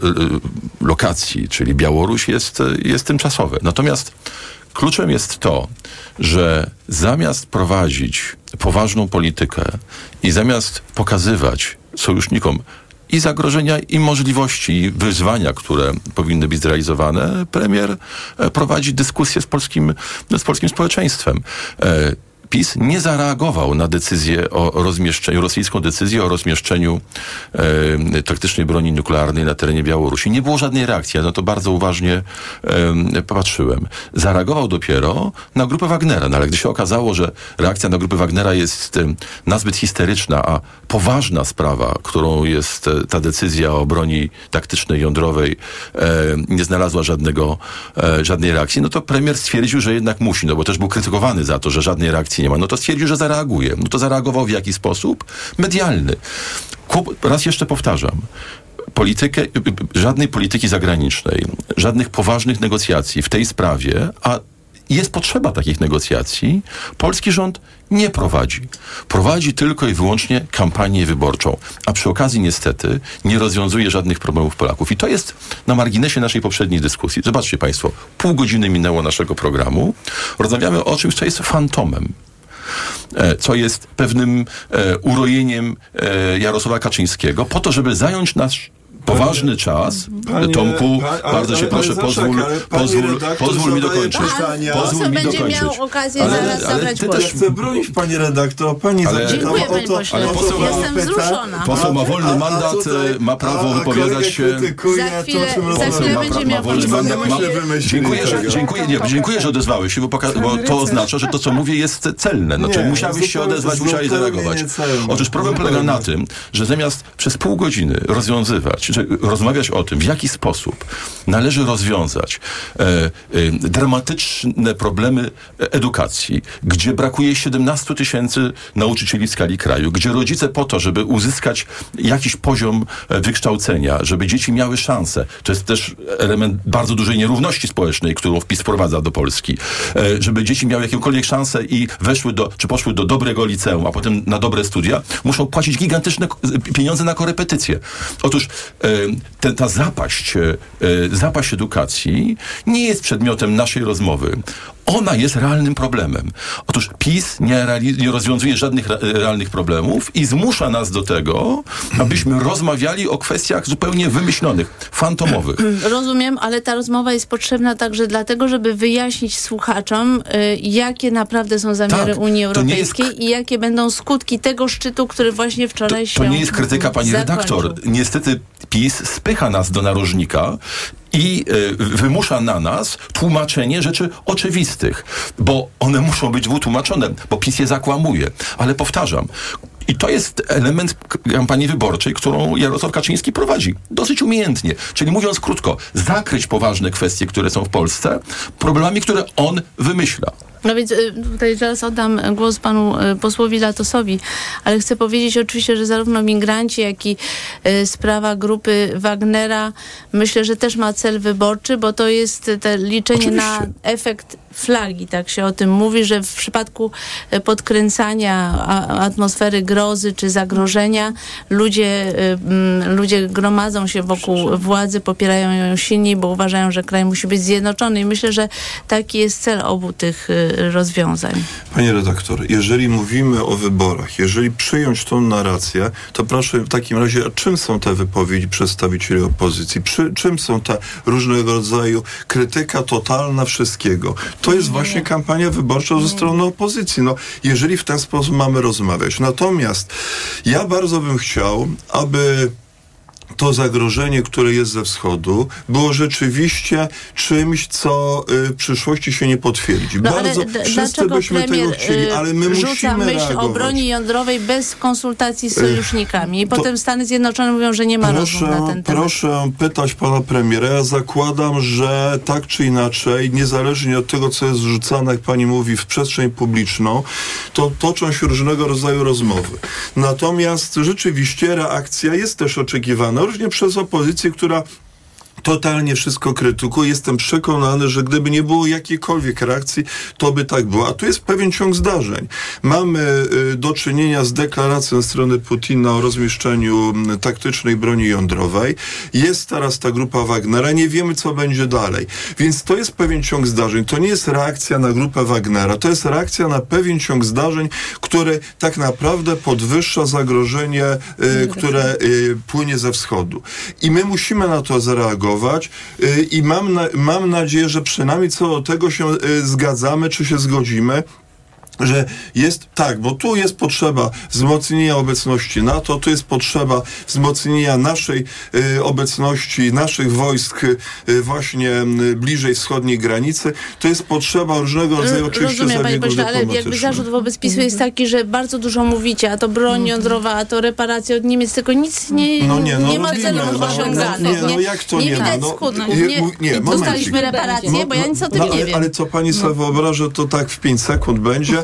lokacji, czyli Białoruś, jest, jest tymczasowe. Natomiast kluczem jest to, że zamiast prowadzić poważną politykę i zamiast pokazywać sojusznikom i zagrożenia, i możliwości, i wyzwania, które powinny być zrealizowane, premier prowadzi dyskusję z polskim, z polskim społeczeństwem. PiS nie zareagował na decyzję o rozmieszczeniu, rosyjską decyzję o rozmieszczeniu e, taktycznej broni nuklearnej na terenie Białorusi. Nie było żadnej reakcji, ja na to bardzo uważnie e, popatrzyłem. Zareagował dopiero na grupę Wagnera, no ale gdy się okazało, że reakcja na grupę Wagnera jest e, nazbyt histeryczna, a poważna sprawa, którą jest e, ta decyzja o broni taktycznej jądrowej, e, nie znalazła żadnego, e, żadnej reakcji, no to premier stwierdził, że jednak musi, no bo też był krytykowany za to, że żadnej reakcji reakcji nie ma, no to stwierdził, że zareaguje. No to zareagował w jaki sposób? Medialny. Raz jeszcze powtarzam. Politykę, żadnej polityki zagranicznej, żadnych poważnych negocjacji w tej sprawie, a jest potrzeba takich negocjacji, polski rząd nie prowadzi. Prowadzi tylko i wyłącznie kampanię wyborczą, a przy okazji niestety nie rozwiązuje żadnych problemów Polaków. I to jest na marginesie naszej poprzedniej dyskusji. Zobaczcie Państwo, pół godziny minęło naszego programu. Rozmawiamy o czymś, co jest fantomem, co jest pewnym e, urojeniem e, Jarosława Kaczyńskiego, po to, żeby zająć nasz poważny czas. Panie, Tomku, pa, bardzo ale, się ale, proszę, ale pozwól, pozwól, pozwól mi dokończyć. Pozwól mi dokończyć. Będzie miał okazję ale, zaraz ale zabrać głos. Ja chcę bronić, panie redaktor. Pani ale, dziękuję, panie pośle. Poseł, Jestem pyta, wzruszona. Poseł ma wolny a, mandat, a tutaj, ma prawo a, wypowiadać się. Za chwilę, to, za chwilę będzie miał wolny mandat. Dziękuję, że, dziękuję, nie, dziękuję, że odezwałeś się, bo, poka- bo to oznacza, że to, co mówię, jest celne. Znaczy, musiałeś się odezwać, musiałeś zareagować. Otóż problem polega na tym, że zamiast przez pół godziny rozwiązywać, czy rozmawiać o tym, w jaki sposób należy rozwiązać e, e, dramatyczne problemy edukacji, gdzie brakuje siedemnaście tysięcy nauczycieli w skali kraju, gdzie rodzice po to, żeby uzyskać jakiś poziom wykształcenia, żeby dzieci miały szansę, to jest też element bardzo dużej nierówności społecznej, którą PiS wprowadza do Polski, e, żeby dzieci miały jakąkolwiek szansę i weszły do, czy poszły do dobrego liceum, a potem na dobre studia, muszą płacić gigantyczne pieniądze na korepetycje. Otóż e, Ten, ta zapaść, e, zapaść edukacji nie jest przedmiotem naszej rozmowy. Ona jest realnym problemem. Otóż PiS nie, reali- nie rozwiązuje żadnych re- realnych problemów i zmusza nas do tego, abyśmy rozmawiali o kwestiach zupełnie wymyślonych, fantomowych. Rozumiem, ale ta rozmowa jest potrzebna także dlatego, żeby wyjaśnić słuchaczom, y, jakie naprawdę są zamiary tak, Unii Europejskiej jest... i jakie będą skutki tego szczytu, który właśnie wczoraj to, się To nie jest krytyka, pani zakończył. redaktor. Niestety PiS spycha nas do narożnika i y, wymusza na nas tłumaczenie rzeczy oczywistych, bo one muszą być wytłumaczone, bo PiS je zakłamuje. Ale powtarzam, i to jest element kampanii wyborczej, którą Jarosław Kaczyński prowadzi dosyć umiejętnie. Czyli mówiąc krótko, zakryć poważne kwestie, które są w Polsce, problemami, które on wymyśla. No więc tutaj teraz oddam głos panu posłowi Latosowi, ale chcę powiedzieć oczywiście, że zarówno migranci, jak i sprawa grupy Wagnera myślę, że też ma cel wyborczy, bo to jest te liczenie oczywiście na efekt flagi, tak się o tym mówi, że w przypadku podkręcania atmosfery grozy czy zagrożenia ludzie, ludzie gromadzą się wokół władzy, popierają ją silniej, bo uważają, że kraj musi być zjednoczony i myślę, że taki jest cel obu tych rozwiązań. Panie redaktor, jeżeli mówimy o wyborach, jeżeli przyjąć tą narrację, to proszę w takim razie, a czym są te wypowiedzi przedstawicieli opozycji? Przy, czym są ta różnego rodzaju krytyka totalna wszystkiego? To jest właśnie kampania wyborcza ze strony opozycji. No, jeżeli w ten sposób mamy rozmawiać. Natomiast ja bardzo bym chciał, aby to zagrożenie, które jest ze wschodu, było rzeczywiście czymś, co y, w przyszłości się nie potwierdzi. No, Bardzo d- wszyscy byśmy tego chcieli, ale my musimy rzuca myśl reagować. o broni jądrowej bez konsultacji z sojusznikami. I to potem Stany Zjednoczone mówią, że nie ma proszę, rozmów na ten temat. Proszę pytać pana premiera. Ja zakładam, że tak czy inaczej, niezależnie od tego, co jest rzucane, jak pani mówi, w przestrzeń publiczną, to toczą się różnego rodzaju rozmowy. Natomiast rzeczywiście reakcja jest też oczekiwana, różnie przez opozycję, która totalnie wszystko krytykuje. Jestem przekonany, że gdyby nie było jakiejkolwiek reakcji, to by tak było. A tu jest pewien ciąg zdarzeń. Mamy y, do czynienia z deklaracją strony Putina o rozmieszczeniu y, taktycznej broni jądrowej. Jest teraz ta grupa Wagnera. Nie wiemy, co będzie dalej. Więc to jest pewien ciąg zdarzeń. To nie jest reakcja na grupę Wagnera. To jest reakcja na pewien ciąg zdarzeń, który tak naprawdę podwyższa zagrożenie, y, które y, płynie ze wschodu. I my musimy na to zareagować. I mam, na, mam nadzieję, że przynajmniej co do tego się y, zgadzamy, czy się zgodzimy, że jest tak, bo tu jest potrzeba wzmocnienia obecności NATO, tu jest potrzeba wzmocnienia naszej y, obecności, naszych wojsk y, właśnie y, bliżej wschodniej granicy. To jest potrzeba różnego rodzaju oczywiście Rozumiem, panie pośle, ale jakby zarzut wobec PiSu jest taki, że bardzo dużo mówicie, a to broń jądrowa, a to reparacje od Niemiec, tylko nic nie, no nie, no nie ma celów no, osiąganych. No, nie, no jak to nie, nie widać no, skutków. Nie, nie, nie, dostaliśmy reparacje, no, bo ja nic o tym no, nie ale, wiem. ale co pani sobie wyobraża, to tak w pięć sekund będzie.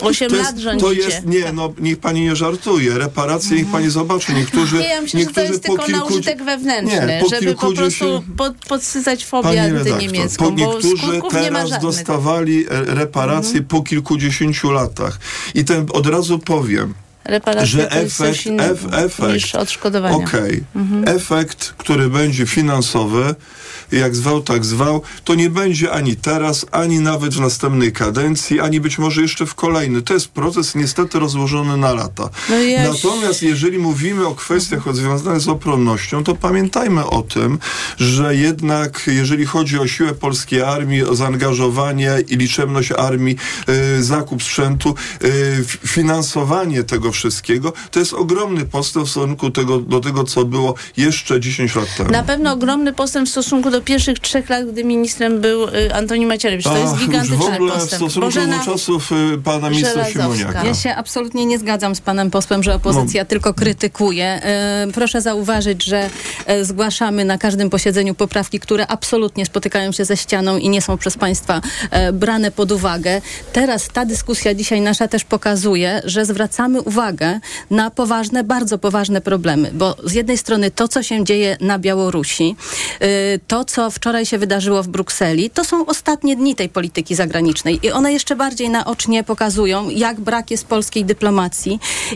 Osiem to lat jest, rządzicie. To jest, nie, no niech pani nie żartuje. Reparacje, niech pani zobaczy. Niektórzy, nie, ja myślę, niektórzy że to jest po tylko kilku, na użytek wewnętrzny, nie, po żeby po prostu pod, podsycać fobię antyniemiecką, po bo niektórzy skutków nie ma teraz żadnych. dostawali reparacje mhm. po kilkudziesięciu latach. I ten od razu powiem, Reparacje że to jest efekt, coś innego ef, efekt niż odszkodowania. Okej, okay. mhm. efekt, który będzie finansowy, jak zwał, tak zwał, to nie będzie ani teraz, ani nawet w następnej kadencji, ani być może jeszcze w kolejny. To jest proces niestety rozłożony na lata. No ja Natomiast jeżeli mówimy o kwestiach związanych z obronnością, to pamiętajmy o tym, że jednak jeżeli chodzi o siłę polskiej armii, o zaangażowanie i liczebność armii, yy, zakup sprzętu, yy, finansowanie tego wszystkiego, to jest ogromny postęp w stosunku tego, do tego, co było jeszcze dziesięć lat temu. Na pewno ogromny postęp w stosunku do pierwszych trzech lat, gdy ministrem był y, Antoni Macierewicz. To jest gigantyczny w ogóle postęp. w stosunku Bożena do czasów y, pana ministra Siemoniaka. Ja się absolutnie nie zgadzam z panem posłem, że opozycja no. tylko krytykuje. Y, proszę zauważyć, że y, zgłaszamy na każdym posiedzeniu poprawki, które absolutnie spotykają się ze ścianą i nie są przez państwa y, brane pod uwagę. Teraz ta dyskusja dzisiaj nasza też pokazuje, że zwracamy uwagę na poważne, bardzo poważne problemy, bo z jednej strony to, co się dzieje na Białorusi, y, to, co wczoraj się wydarzyło w Brukseli, to są ostatnie dni tej polityki zagranicznej i one jeszcze bardziej naocznie pokazują, jak brak jest polskiej dyplomacji,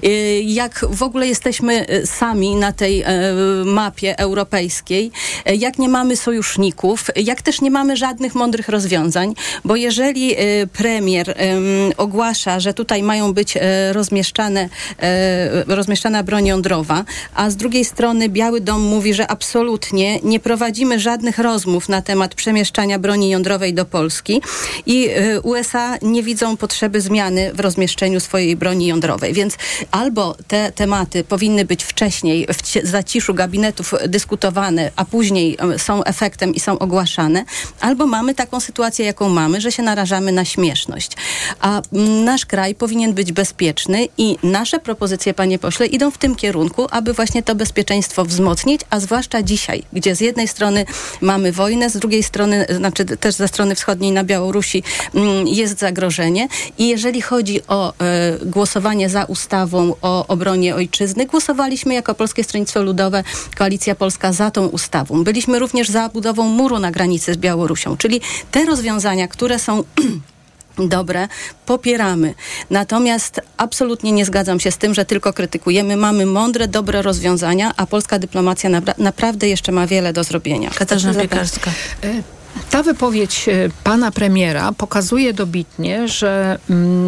jak w ogóle jesteśmy sami na tej mapie europejskiej, jak nie mamy sojuszników, jak też nie mamy żadnych mądrych rozwiązań, bo jeżeli premier ogłasza, że tutaj mają być rozmieszczane, rozmieszczana broń jądrowa, a z drugiej strony Biały Dom mówi, że absolutnie nie prowadzimy żadnych rozmów na temat przemieszczania broni jądrowej do Polski i y, U S A nie widzą potrzeby zmiany w rozmieszczeniu swojej broni jądrowej. Więc albo te tematy powinny być wcześniej w cie, zaciszu gabinetów dyskutowane, a później y, są efektem i są ogłaszane, albo mamy taką sytuację, jaką mamy, że się narażamy na śmieszność. A m, nasz kraj powinien być bezpieczny i nasze propozycje, panie pośle, idą w tym kierunku, aby właśnie to bezpieczeństwo wzmocnić, a zwłaszcza dzisiaj, gdzie z jednej strony mamy wojnę, z drugiej strony, znaczy też ze strony wschodniej na Białorusi mm, jest zagrożenie i jeżeli chodzi o e, głosowanie za ustawą o obronie ojczyzny, głosowaliśmy jako Polskie Stronnictwo Ludowe, Koalicja Polska za tą ustawą. Byliśmy również za budową muru na granicy z Białorusią, czyli te rozwiązania, które są dobre, popieramy. Natomiast absolutnie nie zgadzam się z tym, że tylko krytykujemy. Mamy mądre, dobre rozwiązania, a polska dyplomacja napra- naprawdę jeszcze ma wiele do zrobienia. Katarzyna Piekarska. Ta wypowiedź pana premiera pokazuje dobitnie, że,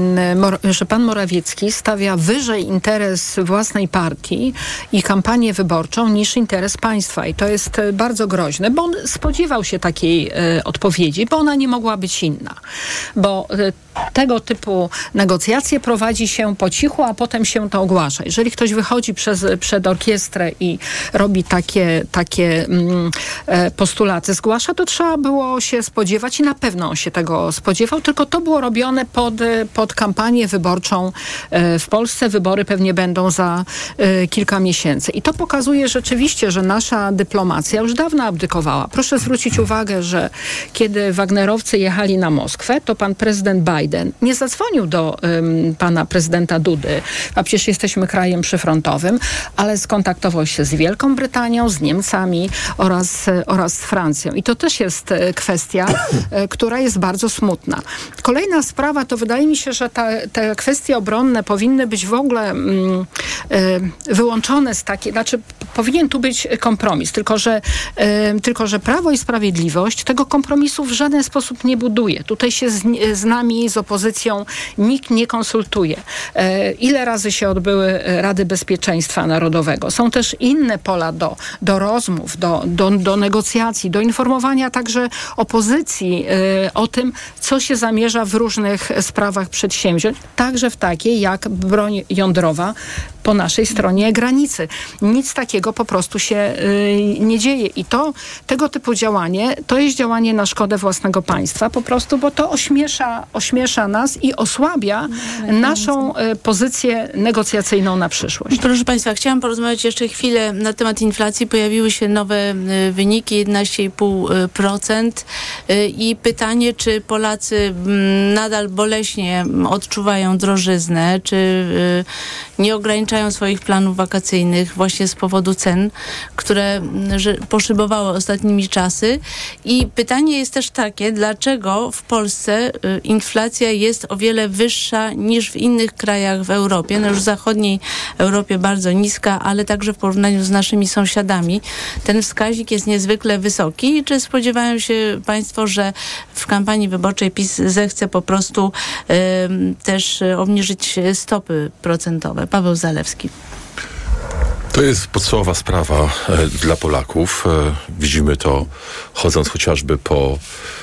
że pan Morawiecki stawia wyżej interes własnej partii i kampanię wyborczą niż interes państwa. I to jest bardzo groźne, bo on spodziewał się takiej e, odpowiedzi, bo ona nie mogła być inna. Bo e, tego typu negocjacje prowadzi się po cichu, a potem się to ogłasza. Jeżeli ktoś wychodzi przez, przed orkiestrę i robi takie, takie mm, e, postulaty, zgłasza, to trzeba było się spodziewać i na pewno on się tego spodziewał, tylko to było robione pod, pod kampanię wyborczą w Polsce. Wybory pewnie będą za kilka miesięcy. I to pokazuje rzeczywiście, że nasza dyplomacja już dawno abdykowała. Proszę zwrócić uwagę, że kiedy Wagnerowcy jechali na Moskwę, to pan prezydent Biden nie zadzwonił do um, pana prezydenta Dudy, a przecież jesteśmy krajem przyfrontowym, ale skontaktował się z Wielką Brytanią, z Niemcami oraz, oraz z Francją. I to też jest kwestia, która jest bardzo smutna. Kolejna sprawa, to wydaje mi się, że ta, te kwestie obronne powinny być w ogóle mm, y, wyłączone z takiej, znaczy powinien tu być kompromis, tylko że, y, tylko że Prawo i Sprawiedliwość tego kompromisu w żaden sposób nie buduje. Tutaj się z, z nami, z opozycją nikt nie konsultuje. Y, ile razy się odbyły Rady Bezpieczeństwa Narodowego? Są też inne pola do, do rozmów, do, do, do negocjacji, do informowania także opozycji y, o tym, co się zamierza w różnych sprawach przedsięwziąć, także w takiej jak broń jądrowa. po naszej stronie granicy. Nic takiego po prostu się nie dzieje i to, tego typu działanie, to jest działanie na szkodę własnego państwa po prostu, bo to ośmiesza, ośmiesza nas i osłabia naszą pozycję negocjacyjną na przyszłość. Proszę Państwa, chciałam porozmawiać jeszcze chwilę na temat inflacji. Pojawiły się nowe wyniki, jedenaście i pół procent i pytanie, czy Polacy nadal boleśnie odczuwają drożyznę, czy nie ograniczają swoich planów wakacyjnych właśnie z powodu cen, które poszybowały ostatnimi czasy. I pytanie jest też takie, dlaczego w Polsce inflacja jest o wiele wyższa niż w innych krajach w Europie, no już w zachodniej Europie bardzo niska, ale także w porównaniu z naszymi sąsiadami. Ten wskaźnik jest niezwykle wysoki. I czy spodziewają się Państwo, że w kampanii wyborczej PiS zechce po prostu y, też obniżyć stopy procentowe? Paweł Zalewski. To jest podstawowa sprawa e, dla Polaków. E, widzimy to chodząc chociażby po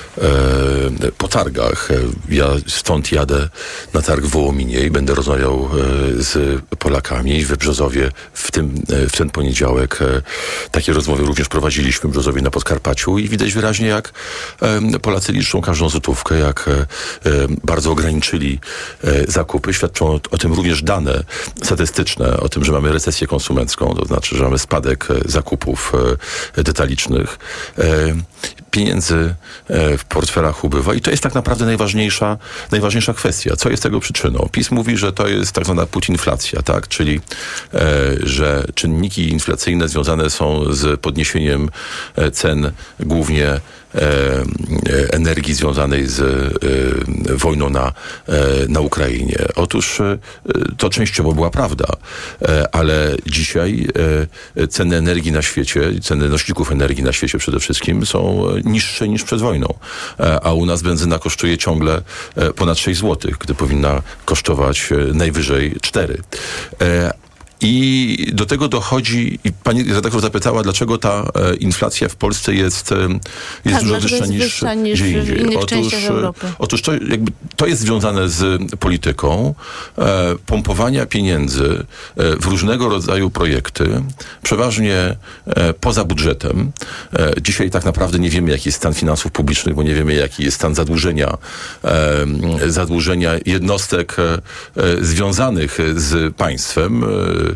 E, po targach. Ja stąd jadę na targ w Wołominie i będę rozmawiał e, z Polakami w Brzozowie w, tym, e, w ten poniedziałek. E, takie rozmowy również prowadziliśmy w Brzozowie na Podkarpaciu i widać wyraźnie, jak e, Polacy liczą każdą złotówkę, jak e, bardzo ograniczyli e, zakupy. Świadczą o, o tym również dane statystyczne, o tym, że mamy recesję konsumencką, to znaczy, że mamy spadek e, zakupów e, detalicznych. E, pieniędzy e, w portfelach ubywa i to jest tak naprawdę najważniejsza, najważniejsza kwestia. Co jest tego przyczyną? PiS mówi, że to jest tak zwana putinflacja, tak? Czyli, e, że czynniki inflacyjne związane są z podniesieniem e, cen głównie e, energii związanej z e, wojną na, e, na Ukrainie. Otóż e, to częściowo była prawda, e, ale dzisiaj e, ceny energii na świecie, ceny nośników energii na świecie przede wszystkim są niższe niż przed wojną. A u nas benzyna kosztuje ciągle ponad sześć złotych, gdy powinna kosztować najwyżej cztery. I do tego dochodzi, i pani redaktor zapytała, dlaczego ta e, inflacja w Polsce jest, e, jest tak, dużo wyższa, jest niż, wyższa niż gdzie w indziej. innych Otóż, częściach Europy. Otóż to, jakby, to jest związane z polityką e, pompowania pieniędzy e, w różnego rodzaju projekty, przeważnie e, poza budżetem. E, dzisiaj tak naprawdę nie wiemy, jaki jest stan finansów publicznych, bo nie wiemy, jaki jest stan zadłużenia, e, zadłużenia jednostek e, związanych z państwem, e,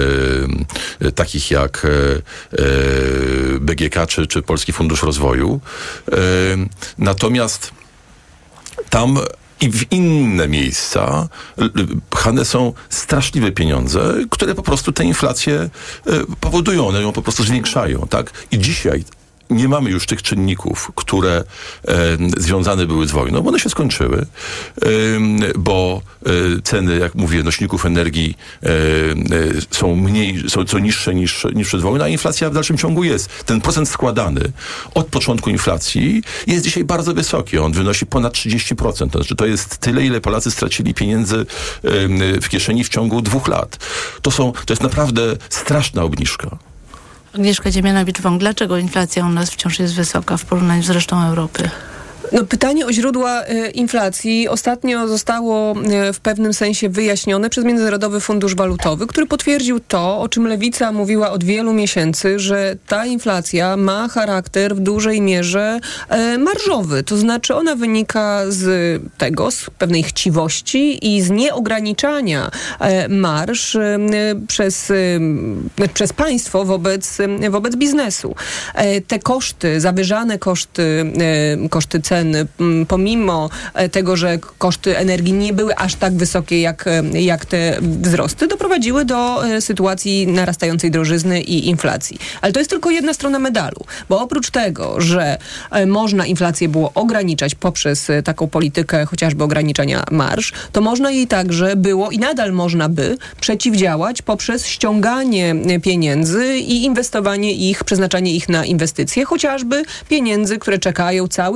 E, takich jak e, B G K czy, czy Polski Fundusz Rozwoju. E, natomiast tam i w inne miejsca pchane są straszliwe pieniądze, które po prostu tę inflację e, powodują, one ją po prostu zwiększają, tak? I dzisiaj nie mamy już tych czynników, które e, związane były z wojną, bo one się skończyły, e, bo e, ceny, jak mówię, nośników energii e, e, są mniej, są co niższe niż, niż przed wojną, a inflacja w dalszym ciągu jest. Ten procent składany od początku inflacji jest dzisiaj bardzo wysoki. On wynosi ponad trzydzieści procent. To znaczy, to jest tyle, ile Polacy stracili pieniędzy e, w kieszeni w ciągu dwóch lat. To są, to jest naprawdę straszna obniżka. Agnieszka Dziemianowicz-Wąg, dlaczego inflacja u nas wciąż jest wysoka w porównaniu z resztą Europy? No, pytanie o źródła e, inflacji ostatnio zostało e, w pewnym sensie wyjaśnione przez Międzynarodowy Fundusz Walutowy, który potwierdził to, o czym Lewica mówiła od wielu miesięcy, że ta inflacja ma charakter w dużej mierze e, marżowy. To znaczy ona wynika z tego, z pewnej chciwości i z nieograniczania e, marż e, przez, e, przez państwo wobec, e, wobec biznesu. E, te koszty, zawyżane koszty, e, koszty cen, pomimo tego, że koszty energii nie były aż tak wysokie jak, jak te wzrosty, doprowadziły do sytuacji narastającej drożyzny i inflacji. Ale to jest tylko jedna strona medalu, bo oprócz tego, że można inflację było ograniczać poprzez taką politykę chociażby ograniczania marż, to można jej także było i nadal można by przeciwdziałać poprzez ściąganie pieniędzy i inwestowanie ich, przeznaczanie ich na inwestycje, chociażby pieniędzy, które czekają cały czas na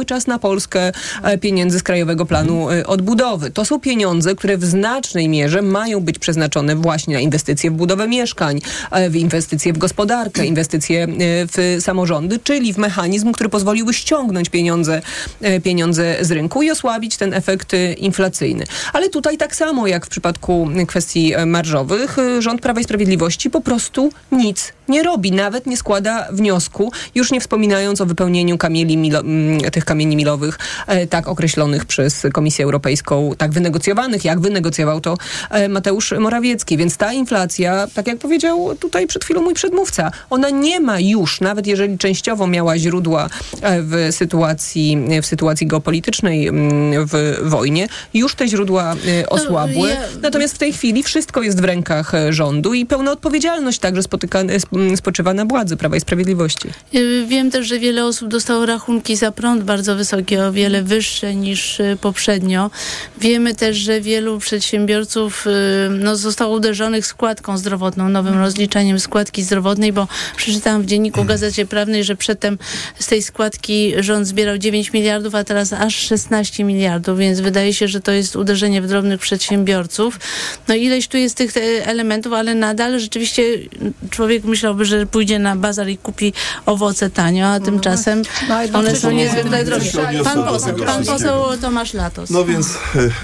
Polskę pieniędzy z Krajowego Planu Odbudowy. To są pieniądze, które w znacznej mierze mają być przeznaczone właśnie na inwestycje w budowę mieszkań, w inwestycje w gospodarkę, inwestycje w samorządy, czyli w mechanizm, który pozwoliły ściągnąć pieniądze, pieniądze z rynku i osłabić ten efekt inflacyjny. Ale tutaj tak samo jak w przypadku kwestii marżowych, rząd Prawa i Sprawiedliwości po prostu nic nie robi. Nawet nie składa wniosku, już nie wspominając o wypełnieniu kamieni milo, tych kamieni milowych e, tak określonych przez Komisję Europejską, tak wynegocjowanych, jak wynegocjował to e, Mateusz Morawiecki. Więc ta inflacja, tak jak powiedział tutaj przed chwilą mój przedmówca, ona nie ma już, nawet jeżeli częściowo miała źródła e, w sytuacji, w sytuacji geopolitycznej, w wojnie, już te źródła e, osłabły. Ja... Natomiast w tej chwili wszystko jest w rękach rządu i pełna odpowiedzialność także spotyka, spoczywa na władzy Prawa i Sprawiedliwości. Wiem też, że wiele osób dostało rachunki za prąd bardzo wysokie, o wiele wyższe niż poprzednio. Wiemy też, że wielu przedsiębiorców no, zostało uderzonych składką zdrowotną, nowym rozliczeniem składki zdrowotnej, bo przeczytałam w Dzienniku Gazecie Prawnej, że przedtem z tej składki rząd zbierał dziewięć miliardów, a teraz aż szesnaście miliardów, więc wydaje się, że to jest uderzenie w drobnych przedsiębiorców. No ileś tu jest tych elementów, ale nadal rzeczywiście człowiek myślałby, że pójdzie na bazar i kupi owoce tanio, a tymczasem no, one są niezwykle drogie. Pan poseł, pan poseł Tomasz Latos. No więc,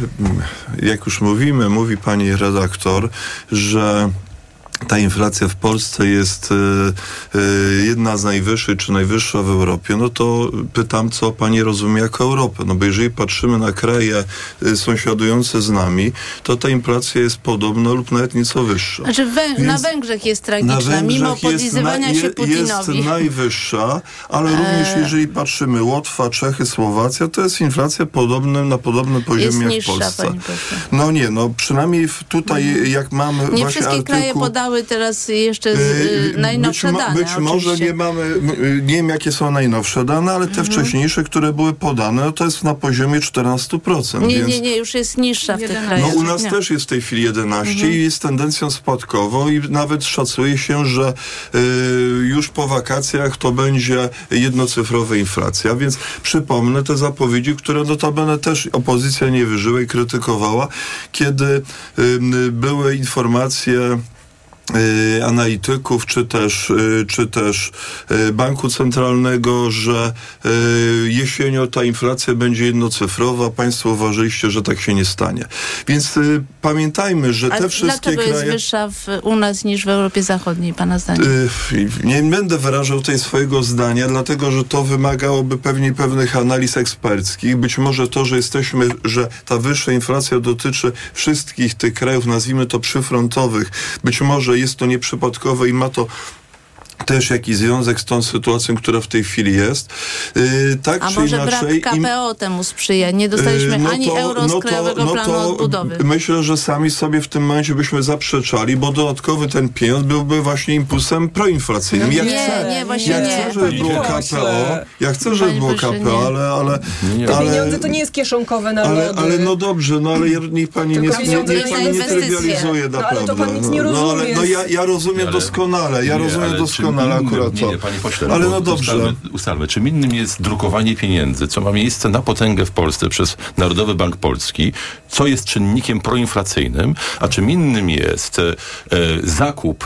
jak już mówimy, mówi pani redaktor, że ta inflacja w Polsce jest y, y, jedna z najwyższych, czy najwyższa w Europie, no to pytam, co pani rozumie jako Europę. No bo jeżeli patrzymy na kraje y, sąsiadujące z nami, to ta inflacja jest podobna lub nawet nieco wyższa. Znaczy Wę- na Węgrzech jest tragiczna, Węgrzech mimo podlizywania jest się Putinowi. Jest najwyższa, ale e... również jeżeli patrzymy Łotwa, Czechy, Słowacja, to jest inflacja podobnym, na podobnym poziomie jest jak niższa, w Polsce. No nie, no przynajmniej tutaj no. jak mamy nie właśnie wszystkie artykuł... kraje podały teraz jeszcze z, yy, najnowsze być, dane. Być oczywiście. może nie mamy, nie wiem jakie są najnowsze dane, ale te mhm. wcześniejsze, które były podane, no to jest na poziomie czternaście procent. Nie, więc... nie, nie, już jest niższa w tych krajach. No u nas nie. też jest w tej chwili jedenaście mhm. i jest tendencją spadkową i nawet szacuje się, że y, już po wakacjach to będzie jednocyfrowa inflacja, więc przypomnę te zapowiedzi, które notabene też opozycja nie wyżyła i krytykowała, kiedy y, były informacje Y, analityków, czy też, y, czy też y, Banku Centralnego, że y, jesienią ta inflacja będzie jednocyfrowa. Państwo uważaliście, że tak się nie stanie. Więc y, pamiętajmy, że A te wszystkie dlaczego kraje... jest wyższa w, u nas niż w Europie Zachodniej, pana zdaniem? Y, nie będę wyrażał tutaj swojego zdania, dlatego, że to wymagałoby pewnie pewnych analiz eksperckich. Być może to, że jesteśmy, że ta wyższa inflacja dotyczy wszystkich tych krajów, nazwijmy to przyfrontowych, być może jest to nieprzypadkowe i ma to też jakiś związek z tą sytuacją, która w tej chwili jest. Yy, tak A czy może inaczej, brak K P O im... temu sprzyja? Nie dostaliśmy yy, no ani to, euro z no to, Krajowego no Planu to Odbudowy. Myślę, że sami sobie w tym momencie byśmy zaprzeczali, bo dodatkowy ten pieniądz byłby właśnie impulsem proinflacyjnym. Ja nie, chcę, nie, właśnie ja nie. chcę, żeby było K P O. Ja chcę, żeby było K P O, ale... ale, Te ale pieniądze to nie jest kieszonkowe na ale, ale no dobrze, no ale niech pani nie, nie, niech pani nie trywializuje no, naprawdę. Ale to pan nic nie rozumie. No, ale, no ja, ja rozumiem ale, doskonale, ja nie, rozumiem doskonale akurat to. Nie, panie pośle, ale no dobrze. Ustalmy, ustalmy, czym innym jest drukowanie pieniędzy, co ma miejsce na potęgę w Polsce przez Narodowy Bank Polski, co jest czynnikiem proinflacyjnym, a czym innym jest e, zakup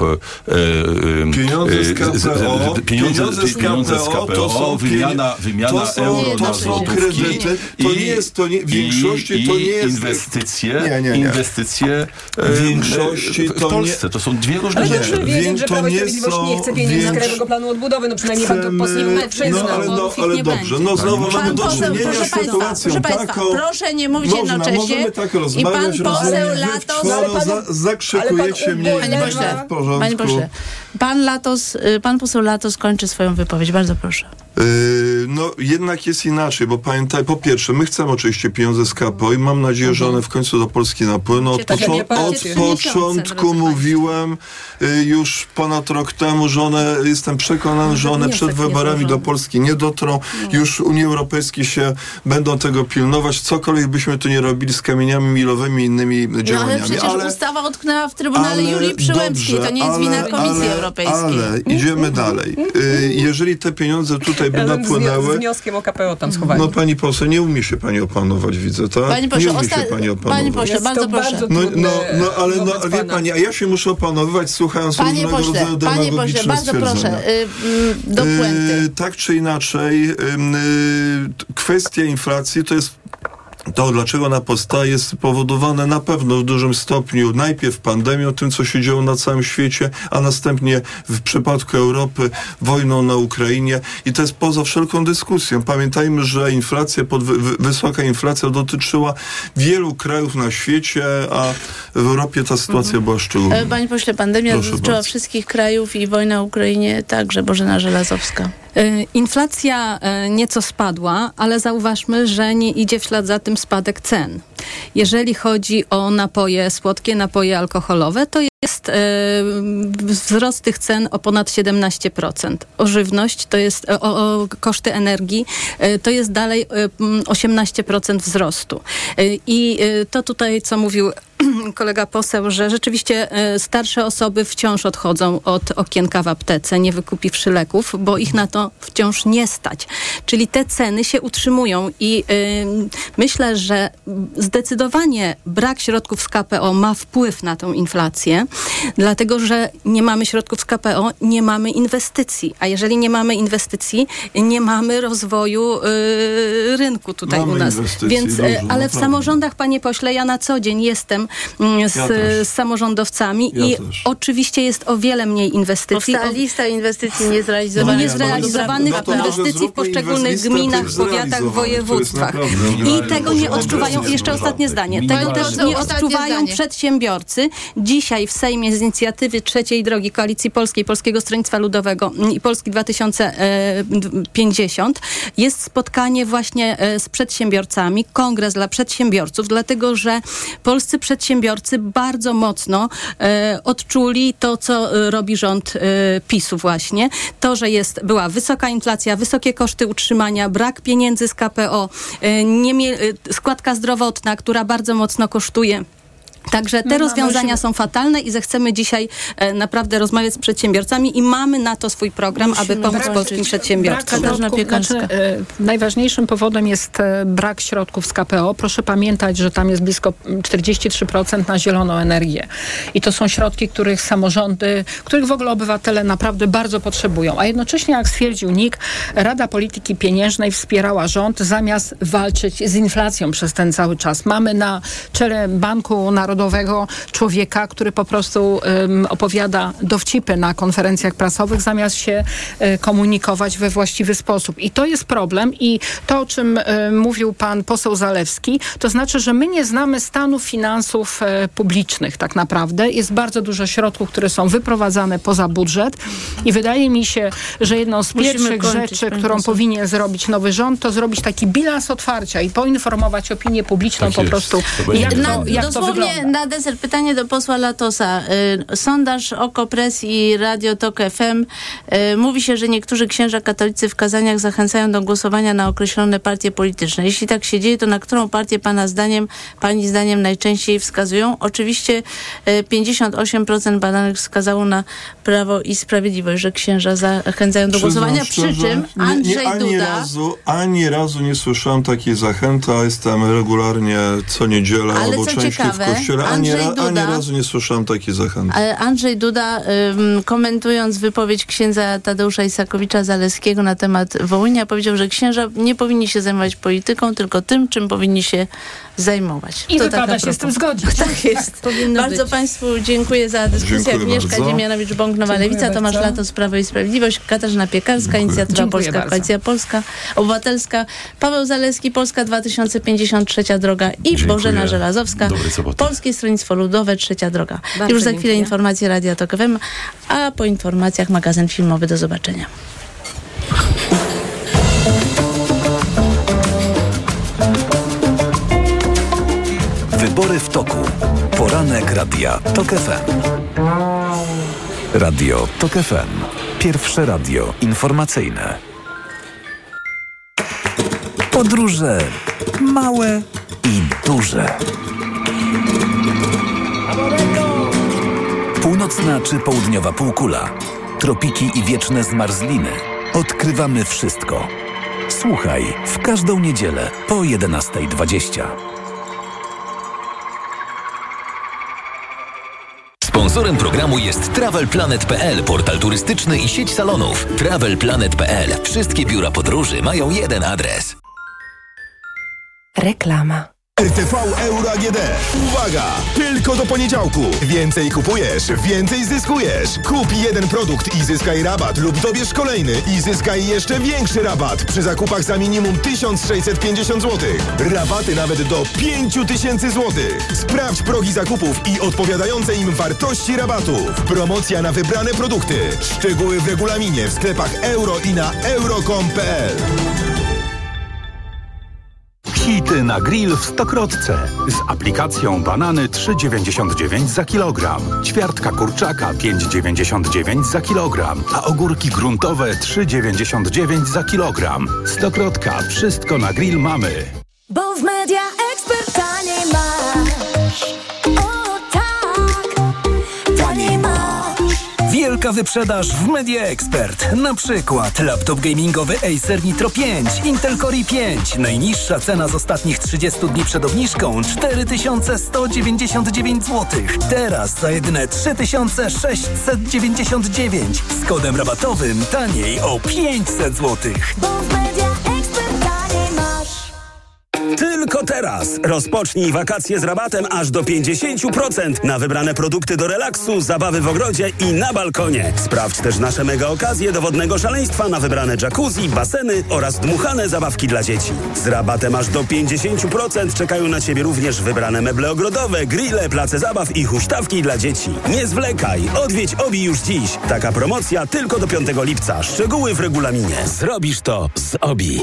e, pieniądze z K P O, z, pieniądze, pieniądze z K P O, pieniądze z K P O, to wymiana, wymiana to są, euro to na są kredyty, to nie jest, to nie, w większości i, to nie jest... inwestycje, nie, nie, nie. inwestycje w większości w, w Polsce. Nie, to są dwie różne ale rzeczy. Ale wiedzieć, że Prawo i Sprawiedliwość nie chce pieniędzy z Krajowego Planu Odbudowy, no przynajmniej pan to Chcemy, przyznał. No ale, no, ale dobrze, no znowu mamy do czynienia z sytuacją proszę taką... Państwa, proszę nie mówić można, jednocześnie. Możemy tak I rozmawiać, pan poseł Latos... za, zakrzykujecie mnie. Panie pośle, panie pośle, pan Latos, pan poseł Latos kończy swoją wypowiedź. Bardzo proszę. Yy, no jednak jest inaczej, bo pamiętaj, po pierwsze, my chcemy oczywiście pieniądze z K P O i mam nadzieję, że one w końcu do Polski napłyną. Od, począ- od początku mówiłem y, już ponad rok temu, że one, jestem przekonany, że one przed wyborami do Polski nie dotrą. Już Unii Europejskiej się będą tego pilnować. Cokolwiek byśmy tu nie robili z kamieniami milowymi i innymi no, działaniami. ale przecież ale, ustawa utknęła w Trybunale ale, Julii Przyłębskiej. Dobrze, to nie jest ale, wina Komisji ale, Europejskiej. Ale idziemy dalej. Y, jeżeli te pieniądze tutaj by napłynęły, z wnioskiem o K P O tam schowani. No pani poseł, nie umie się pani opanować, widzę, tak? Pani poseł, nie umie osta- się pani opanować. Pani poseł, bardzo proszę. Bardzo No, no, no ale no, wie pana. pani, a ja się muszę opanować, słuchając Panie różnego pośle, rodzaju panie demagogiczne pośle, bardzo stwierdzenia. proszę, y, do puenty. Yy, tak czy inaczej, yy, kwestia inflacji to jest to, dlaczego ona powstaje, jest spowodowane na pewno w dużym stopniu najpierw pandemią, tym, co się działo na całym świecie, a następnie w przypadku Europy wojną na Ukrainie i to jest poza wszelką dyskusją. Pamiętajmy, że inflacja, pod, wy, wysoka inflacja dotyczyła wielu krajów na świecie, a w Europie ta sytuacja mhm. była szczególna. Panie pośle, pandemia Proszę dotyczyła bardzo. wszystkich krajów i wojna w Ukrainie także. Bożena Żelazowska. Inflacja nieco spadła, ale zauważmy, że nie idzie w ślad za tym spadek cen. Jeżeli chodzi o napoje słodkie, napoje alkoholowe, to jest e, wzrost tych cen o ponad siedemnaście procent. O żywność, to jest o, o koszty energii, e, to jest dalej e, osiemnaście procent wzrostu. E, I e, to tutaj, co mówił kolega poseł, że rzeczywiście e, starsze osoby wciąż odchodzą od okienka w aptece, nie wykupiwszy leków, bo ich na to wciąż nie stać. Czyli te ceny się utrzymują i e, myślę, że zdecydowanie brak środków z K P O ma wpływ na tą inflację, dlatego że nie mamy środków z K P O, nie mamy inwestycji, a jeżeli nie mamy inwestycji, nie mamy rozwoju y, rynku tutaj mamy u nas. Więc, dużo, ale w naprawdę. samorządach, panie pośle, ja na co dzień jestem z, Ja z samorządowcami Ja i też. oczywiście jest o wiele mniej inwestycji. Powstała O, lista inwestycji niezrealizowanych. niezrealizowanych No to może inwestycji w zróbmy poszczególnych inwestycje gminach, tych powiatach, zrealizowanych. województwach. To jest naprawdę I tego nie odczuwają, jeszcze ostatnie zdanie, tego Pani też poseł, nie ostatnie odczuwają zdanie. przedsiębiorcy. Dzisiaj w Sejmie z inicjatywy Trzeciej Drogi Koalicji Polskiej, Polskiego Stronnictwa Ludowego i Polski dwa tysiące pięćdziesiąt jest spotkanie właśnie z przedsiębiorcami, kongres dla przedsiębiorców, dlatego że polscy przedsiębiorcy bardzo mocno e, odczuli to, co robi rząd e, PiSu właśnie. To, że jest, była wysoka inflacja, wysokie koszty utrzymania, brak pieniędzy z K P O, e, nie mie- składka zdrowotna, która bardzo mocno kosztuje. Także te No, rozwiązania musimy... są fatalne i zechcemy dzisiaj e, naprawdę rozmawiać z przedsiębiorcami i mamy na to swój program, Musimy aby pomóc brak- polskim przedsiębiorcom. Katarzyna Piekarska. Znaczy, e, najważniejszym powodem jest e, brak środków z K P O. Proszę pamiętać, że tam jest blisko czterdzieści trzy procent na zieloną energię. I to są środki, których samorządy, których w ogóle obywatele naprawdę bardzo potrzebują. A jednocześnie, jak stwierdził N I K, Rada Polityki Pieniężnej wspierała rząd zamiast walczyć z inflacją przez ten cały czas. Mamy na czele Banku Narodowego człowieka, który po prostu um, opowiada dowcipy na konferencjach prasowych, zamiast się um, komunikować we właściwy sposób. I to jest problem i to, o czym um, mówił pan poseł Zalewski, to znaczy, że my nie znamy stanu finansów um, publicznych tak naprawdę. Jest bardzo dużo środków, które są wyprowadzane poza budżet i wydaje mi się, że jedną z Musimy pierwszych kończyć, rzeczy, pani którą poseł. powinien zrobić nowy rząd, to zrobić taki bilans otwarcia i poinformować opinię publiczną Tak po jest. prostu, To będzie jak tak. to, Na, jak to dosłownie wygląda. na deser pytanie do posła Latosa. Y, sondaż Okopres i Radio Tok F M. Y, mówi się, że niektórzy księża katolicy w kazaniach zachęcają do głosowania na określone partie polityczne. Jeśli tak się dzieje, to na którą partię pana zdaniem, pani zdaniem najczęściej wskazują? Oczywiście y, pięćdziesiąt osiem procent badanych wskazało na Prawo i Sprawiedliwość, że księża zachęcają do Przyznam głosowania. szczerze, Przy czym nie, Andrzej nie, ani Duda... Razu, ani razu nie słyszałem takiej zachęty, a jestem regularnie co niedzielę Ale albo co częściej ciekawe, w kościele. Ani, Andrzej ra, ani Duda- razu nie słyszałem takiej zachęty. Ale Andrzej Duda, ym, komentując wypowiedź księdza Tadeusza Isakowicza-Zaleskiego na temat Wołynia, powiedział, że księża nie powinni się zajmować polityką, tylko tym, czym powinni się zajmować. I To wypada tak a się z tym propos. zgodzić. Tak jest. Powinno Bardzo być. Państwu dziękuję za dyskusję. Dziękuję Agnieszka bardzo. Dziemianowicz-Bąk, Nowa Dziękuję Lewica, Tomasz bardzo. Latos, Prawo i Sprawiedliwość, Katarzyna Piekarska, Inicjatywa Dziękuję Polska, bardzo. Koalicja Polska, Obywatelska, Paweł Zalewski, Polska dwa tysiące pięćdziesiąt, Trzecia Droga i Dziękuję. Bożena Żelazowska, Dobrej soboty. Polskie Stronnictwo Ludowe, Trzecia Droga. Bardzo Już za chwilę dziękuję. informacje Radia Tok F M, a po informacjach magazyn filmowy. Do zobaczenia. Wybory w toku. Poranek Radia Tok F M. Radio Tok F M. Pierwsze radio informacyjne. Podróże małe i duże. Północna czy południowa półkula. Tropiki i wieczne zmarzliny. Odkrywamy wszystko. Słuchaj w każdą niedzielę po jedenasta dwadzieścia. Sponsorem programu jest Travel Planet kropka p l, portal turystyczny i sieć salonów. Travel Planet kropka p l. Wszystkie biura podróży mają jeden adres. Reklama. R T V Euro A G D. Uwaga! Tylko do poniedziałku. Więcej kupujesz, więcej zyskujesz. Kup jeden produkt i zyskaj rabat lub dobierz kolejny i zyskaj jeszcze większy rabat przy zakupach za minimum tysiąc sześćset pięćdziesiąt złotych. Rabaty nawet do pięć tysięcy złotych. Sprawdź progi zakupów i odpowiadające im wartości rabatów. Promocja na wybrane produkty. Szczegóły w regulaminie w sklepach euro i na euro kropka com kropka p l. Hity na grill w Stokrotce. Z aplikacją banany trzy dziewięćdziesiąt dziewięć za kilogram. Ćwiartka kurczaka pięć dziewięćdziesiąt dziewięć za kilogram. A ogórki gruntowe trzy dziewięćdziesiąt dziewięć za kilogram. Stokrotka. Wszystko na grill mamy. Bo w Media Expert taniej masz. O tak, taniej masz. Wielka wyprzedaż w Media Expert. Na przykład laptop gamingowy Acer Nitro pięć, Intel Core i pięć. Najniższa cena z ostatnich trzydziestu dni przed obniżką cztery tysiące sto dziewięćdziesiąt dziewięć złotych. Teraz za jedyne trzy tysiące sześćset dziewięćdziesiąt dziewięć. Z kodem rabatowym taniej o pięćset złotych. Bo w Media Expert taniej masz. Tylko teraz rozpocznij wakacje z rabatem aż do pięćdziesiąt procent na wybrane produkty do relaksu, zabawy w ogrodzie i na balkonie. Sprawdź też nasze mega okazje do wodnego szaleństwa na wybrane jacuzzi, baseny oraz dmuchane zabawki dla dzieci. Z rabatem aż do pięćdziesiąt procent czekają na Ciebie również wybrane meble ogrodowe, grille, place zabaw i huśtawki dla dzieci. Nie zwlekaj, odwiedź Obi już dziś. Taka promocja tylko do piątego lipca. Szczegóły w regulaminie. Zrobisz to z Obi.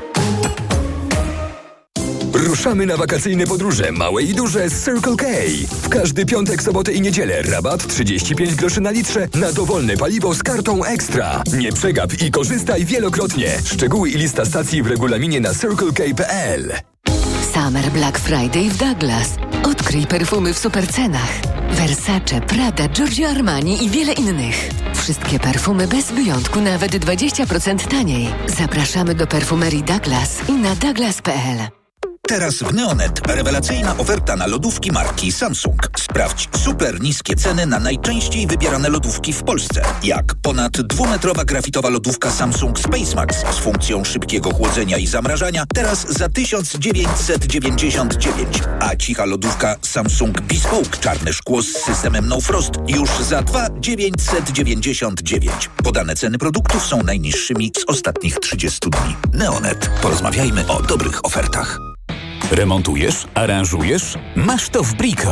Ruszamy na wakacyjne podróże, małe i duże z Circle K. W każdy piątek, sobotę i niedzielę rabat trzydzieści pięć groszy na litrze na dowolne paliwo z kartą Ekstra. Nie przegap i korzystaj wielokrotnie. Szczegóły i lista stacji w regulaminie na circle k kropka p l. Summer Black Friday w Douglas. Odkryj perfumy w supercenach. Versace, Prada, Giorgio Armani i wiele innych. Wszystkie perfumy bez wyjątku nawet dwadzieścia procent taniej. Zapraszamy do perfumerii Douglas i na douglas kropka p l. Teraz w Neonet rewelacyjna oferta na lodówki marki Samsung. Sprawdź super niskie ceny na najczęściej wybierane lodówki w Polsce. Jak ponad dwumetrowa grafitowa lodówka Samsung SpaceMax z funkcją szybkiego chłodzenia i zamrażania teraz za tysiąc dziewięćset dziewięćdziesiąt dziewięć. A cicha lodówka Samsung Bespoke czarne szkło z systemem No Frost już za dwa tysiące dziewięćset dziewięćdziesiąt dziewięć. Podane ceny produktów są najniższymi z ostatnich trzydziestu dni. Neonet. Porozmawiajmy o dobrych ofertach. Remontujesz? Aranżujesz? Masz to w Brico.